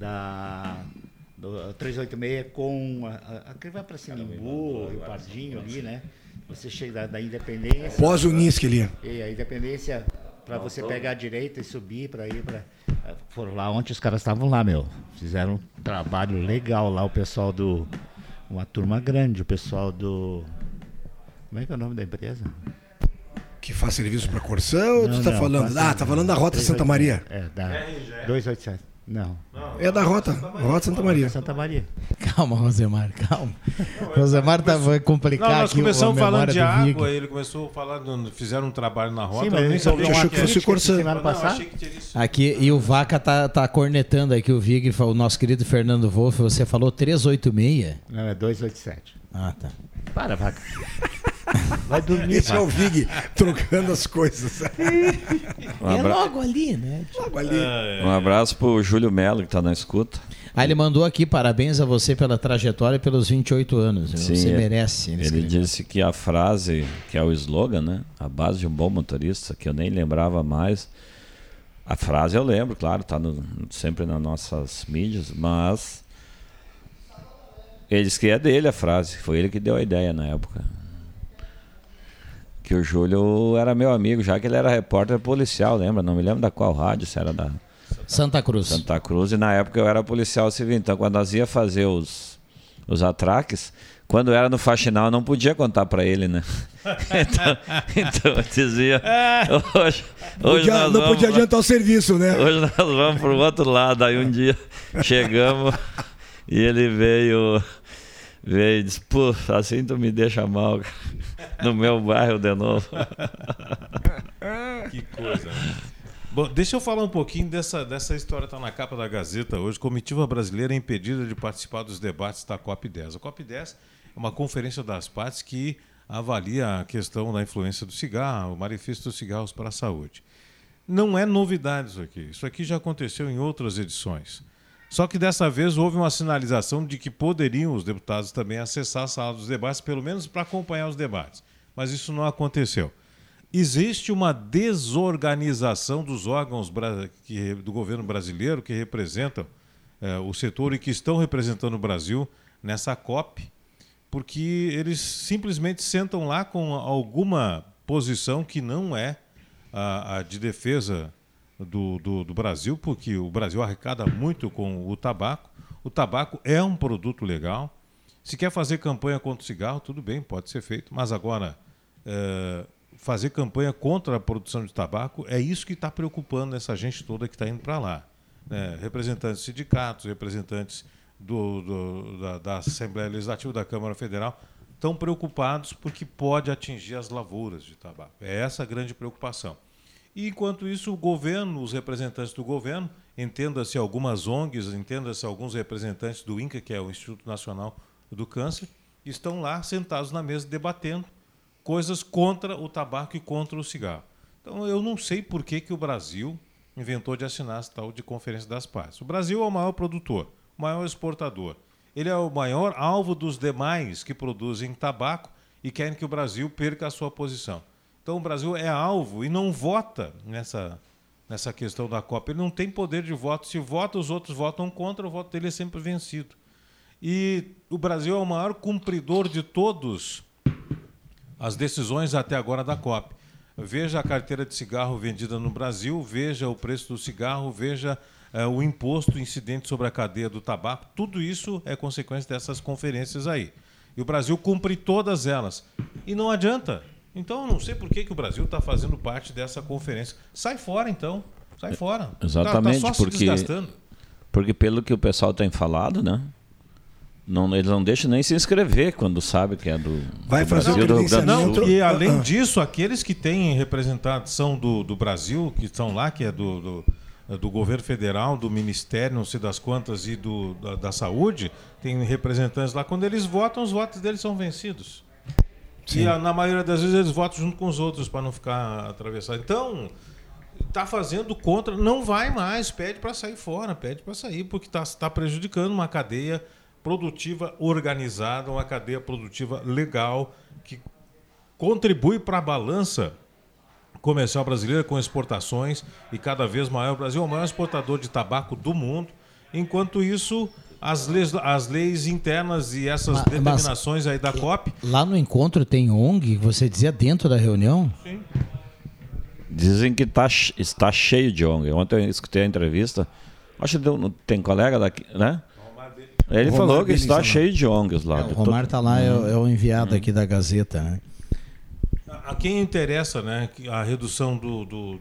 do 386 com que vai para Sinimbu e o Pardinho ali, né? Você chega da Independência. Pós o Nisque ali. E a Independência, para você pegar a direita e subir para ir para. Foram lá ontem, os caras estavam lá, meu. Fizeram um trabalho legal lá, o pessoal do. Uma turma grande, o pessoal do. Como é que é o nome da empresa? Que faz serviço para Corsan ou tu está falando? Tá falando da Rota Santa Maria. É, da 287. Não. É da Rota Santa Maria. Santa Maria. Calma, Rosemar, calma. Rosemar vai complicar não, nós aqui começamos falando de água, Vig. ele começou falando, fizeram um trabalho na Rota. Sim, mas nem sabia achou que fosse Corsan. Semana passada. Aqui, e o Vaca tá cornetando aqui o Vig, o nosso querido Fernando Wolff, você falou 386? Não, é 287. Ah, tá. Para, Vaca. Vai dormir, Esse Vaca. é o Vig trocando as coisas. É logo ali, né? Logo ali. Um abraço pro Júlio Melo, que tá na escuta. Ah, ele mandou aqui, parabéns a você pela trajetória e pelos 28 anos. Sim, você merece. Ele disse que a frase, que é o slogan, né? A base de um bom motorista, que eu nem lembrava mais. A frase eu lembro, claro, tá sempre nas nossas mídias, mas ele disse que é dele a frase, foi ele que deu a ideia na época. Que o Júlio era meu amigo, já que ele era repórter policial, lembra? Não me lembro da qual rádio, se era da Santa Cruz. Santa Cruz, e na época eu era policial civil, então quando nós ia fazer os atraques, quando era no faxinal eu não podia contar para ele, né? Então eu dizia, hoje nós não podia adiantar o serviço, né? Hoje nós vamos pro outro lado. Aí um dia chegamos e ele veio e disse, pô, assim tu me deixa mal, no meu bairro de novo. Que coisa, né? Bom, deixa eu falar um pouquinho dessa história que está na capa da Gazeta hoje. Comitiva brasileira é impedida de participar dos debates da COP10. A COP10 é uma conferência das partes que avalia a questão da influência do cigarro, o malefício dos cigarros para a saúde. Não é novidade isso aqui. Isso aqui já aconteceu em outras edições. Só que dessa vez houve uma sinalização de que poderiam os deputados também acessar a sala dos debates, pelo menos para acompanhar os debates. Mas isso não aconteceu. Existe uma desorganização dos órgãos do governo brasileiro que representam o setor e que estão representando o Brasil nessa COP, porque eles simplesmente sentam lá com alguma posição que não é a de defesa do Brasil, porque o Brasil arrecada muito com o tabaco. O tabaco é um produto legal. Se quer fazer campanha contra o cigarro, tudo bem, pode ser feito, mas agora fazer campanha contra a produção de tabaco é isso que está preocupando essa gente toda que está indo para lá. Representantes de sindicatos, representantes da Assembleia Legislativa, da Câmara Federal, estão preocupados porque pode atingir as lavouras de tabaco. É essa a grande preocupação. E, enquanto isso, o governo, os representantes do governo, entenda-se algumas ONGs, entenda-se alguns representantes do INCA, que é o Instituto Nacional do Câncer, estão lá sentados na mesa debatendo coisas contra o tabaco e contra o cigarro. Então, eu não sei por que o Brasil inventou de assinar essa tal de Conferência das Partes. O Brasil é o maior produtor, o maior exportador. Ele é o maior alvo dos demais que produzem tabaco e querem que o Brasil perca a sua posição. Então, o Brasil é alvo e não vota nessa questão da COP. Ele não tem poder de voto. Se vota, os outros votam contra, o voto dele é sempre vencido. E o Brasil é o maior cumpridor de todas as decisões até agora da COP. Veja a carteira de cigarro vendida no Brasil, veja o preço do cigarro, veja o imposto incidente sobre a cadeia do tabaco. Tudo isso é consequência dessas conferências aí. E o Brasil cumpre todas elas. E não adianta. Então, eu não sei por que o Brasil está fazendo parte dessa conferência. Sai fora, então. Sai fora. Exatamente, tá só se desgastando. Porque pelo que o pessoal tem falado, né? Eles não deixam nem se inscrever quando sabe que é do Brasil, do Rio Grande do Sul. E, além disso, aqueles que têm representação do Brasil, que estão lá, que é do governo federal, do Ministério, não sei das quantas, e da Saúde, tem representantes lá. Quando eles votam, os votos deles são vencidos. Sim. E na maioria das vezes eles votam junto com os outros para não ficar atravessado. Então, está fazendo contra, não vai mais, pede para sair fora, pede para sair, porque está prejudicando uma cadeia produtiva organizada, uma cadeia produtiva legal, que contribui para a balança comercial brasileira com exportações e cada vez maior. O Brasil é o maior exportador de tabaco do mundo. Enquanto isso, as leis internas e essas determinações aí da COP... Lá no encontro tem ONG, você dizia, dentro da reunião? Sim. Dizem que está cheio de ONG. Ontem eu escutei a entrevista, acho que tem colega daqui, né? Ele falou que está cheio de ONGs lá. O Romar está lá, é o enviado aqui da Gazeta, né? A quem interessa, né, a redução do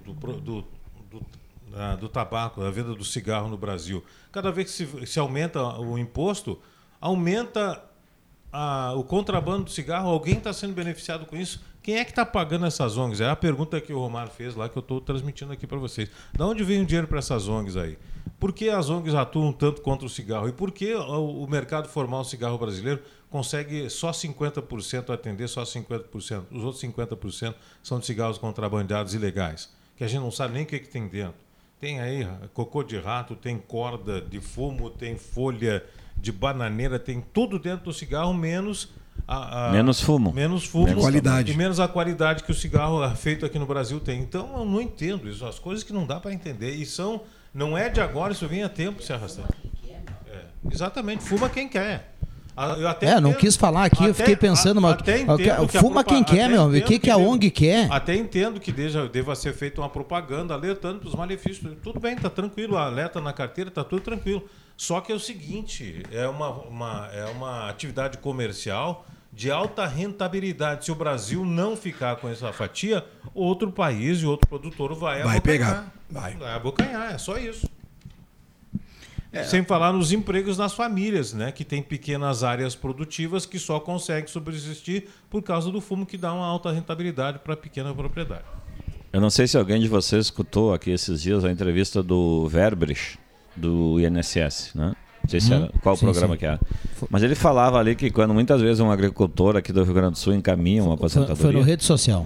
tabaco, da venda do cigarro no Brasil. Cada vez que se aumenta o imposto, aumenta o contrabando do cigarro. Alguém está sendo beneficiado com isso? Quem é que está pagando essas ONGs? É a pergunta que o Romar fez lá, que eu estou transmitindo aqui para vocês. De onde vem o dinheiro para essas ONGs aí? Por que as ONGs atuam tanto contra o cigarro? E por que o mercado formal cigarro brasileiro consegue só 50% atender, só 50%? Os outros 50% são de cigarros contrabandeados ilegais, que a gente não sabe nem o que tem dentro. Tem aí cocô de rato, tem corda de fumo, tem folha de bananeira, tem tudo dentro do cigarro, menos menos fumo. Menos fumo. Menos qualidade. E menos a qualidade que o cigarro feito aqui no Brasil tem. Então, eu não entendo isso. As coisas que não dá para entender. E não é de agora, isso vem há tempo se arrastando. Exatamente. Fuma quem quer. Eu até não quis falar aqui, eu fiquei pensando, mas fuma quem quer, meu amigo. O que a ONG quer? Até entendo que deva ser feita uma propaganda alertando para os malefícios. Tudo bem, está tranquilo, alerta na carteira, está tudo tranquilo. Só que é o seguinte, é uma atividade comercial de alta rentabilidade. Se o Brasil não ficar com essa fatia, outro país e outro produtor vai pegar. Vai abocanhar, é só isso. Sem falar nos empregos nas famílias, né? Que tem pequenas áreas produtivas que só conseguem subsistir por causa do fumo, que dá uma alta rentabilidade para a pequena propriedade. Eu não sei se alguém de vocês escutou aqui esses dias a entrevista do Verbrich, do INSS, né? Não sei se era, qual programa que era. Mas ele falava ali que quando muitas vezes um agricultor aqui do Rio Grande do Sul encaminha uma aposentadoria... Foi no rede social.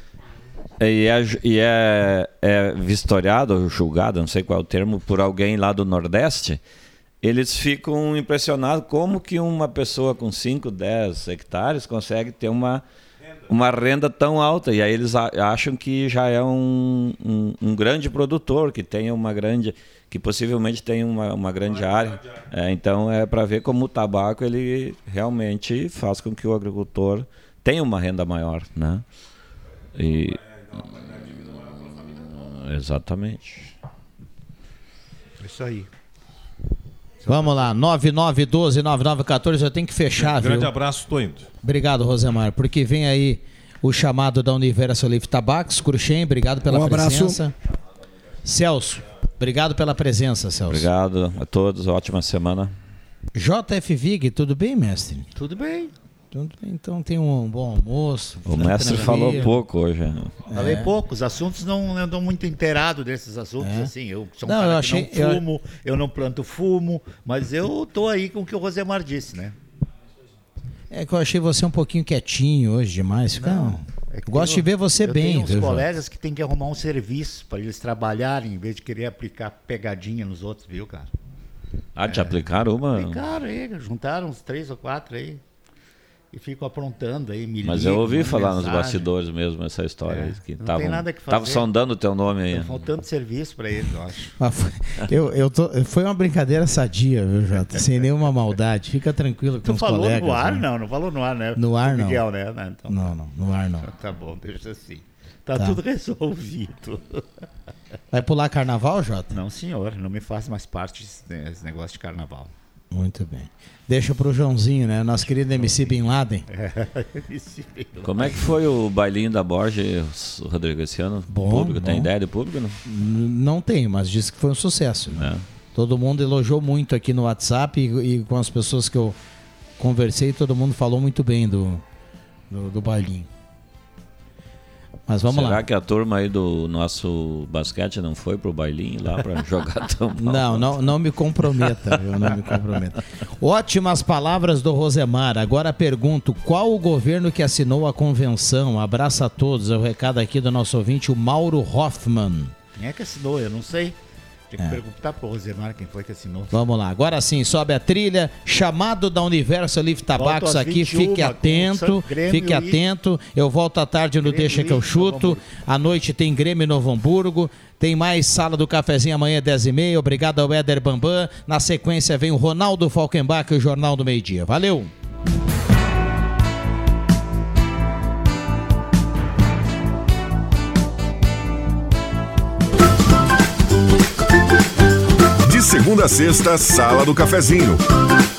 E é vistoriado ou julgado, não sei qual é o termo, por alguém lá do Nordeste, eles ficam impressionados como que uma pessoa com 5, 10 hectares consegue ter uma renda tão alta. E aí eles acham que já é um grande produtor, que tem que possivelmente tem uma grande área. Então é para ver como o tabaco ele realmente faz com que o agricultor tenha uma renda maior, né? Exatamente. Isso aí. Vamos lá, 9912-9914, eu tenho que fechar, viu? Grande abraço, estou indo. Obrigado, Rosemar, porque vem aí o chamado da Universal Leaf Tabacos. Cruxem, obrigado pela presença. Celso, obrigado pela presença, Celso. Obrigado a todos, ótima semana. JF Vig, tudo bem, mestre? Tudo bem. Então tem um bom almoço. O mestre falou pouco hoje. Falei pouco, os assuntos não andam muito inteirado desses assuntos, assim. Eu sou um cara que não fumo, eu não planto fumo, mas eu tô aí com o que o Rosemar disse, né? É que eu achei você um pouquinho quietinho hoje demais. Gosto de ver você bem. Tem uns colegas que tem que arrumar um serviço para eles trabalharem em vez de querer aplicar pegadinha nos outros, viu, cara? Te aplicaram uma? Aplicaram aí, juntaram uns 3 ou 4 aí. E ficam aprontando aí, Mas eu ouvi falar nos bastidores mesmo essa história. Que não tem nada que fazer. Estavam sondando o teu nome aí. Tá faltando serviço para eles, eu acho. Foi uma brincadeira sadia, viu, Jota? Sem nenhuma maldade. Fica tranquilo com os colegas. Tu falou no ar, né? Não falou no ar, né? No ar, não. Miguel, né? Então, não, no ar não. Tá bom, deixa assim. Tá tudo resolvido. Vai pular carnaval, Jota? Não, senhor. Não me faz mais parte desse negócio de carnaval. Muito bem. Deixa pro Joãozinho, né? Nosso querido MC Bin Laden. Como é que foi o bailinho da Borges, Rodrigo, esse ano? Bom, público, tem ideia do público? Não tenho, mas disse que foi um sucesso. Todo mundo elogiou muito aqui no WhatsApp e com as pessoas que eu conversei, todo mundo falou muito bem do bailinho. Mas vamos lá. Será que a turma aí do nosso basquete não foi pro bailinho lá para jogar tão mal? Não me comprometa, viu? Não me comprometa. Ótimas palavras do Rosemar. Agora pergunto, qual o governo que assinou a convenção? Abraço a todos. É o recado aqui do nosso ouvinte, o Mauro Hoffman. Quem é que assinou? Eu não sei. Tem que perguntar pro Rosemar quem foi que assinou. Vamos lá, agora sim, sobe a trilha. Chamado da Universal Leaf Tabacos aqui, 21, fique atento. Fique atento. Eu volto à tarde no Deixa que eu chuto. À noite tem Grêmio e Novo Hamburgo. Tem mais Sala do Cafezinho amanhã 10h30. Obrigado ao Éder Bambam. Na sequência vem o Ronaldo Falkenbach e o Jornal do Meio-Dia. Valeu! De segunda a sexta, Sala do Cafezinho.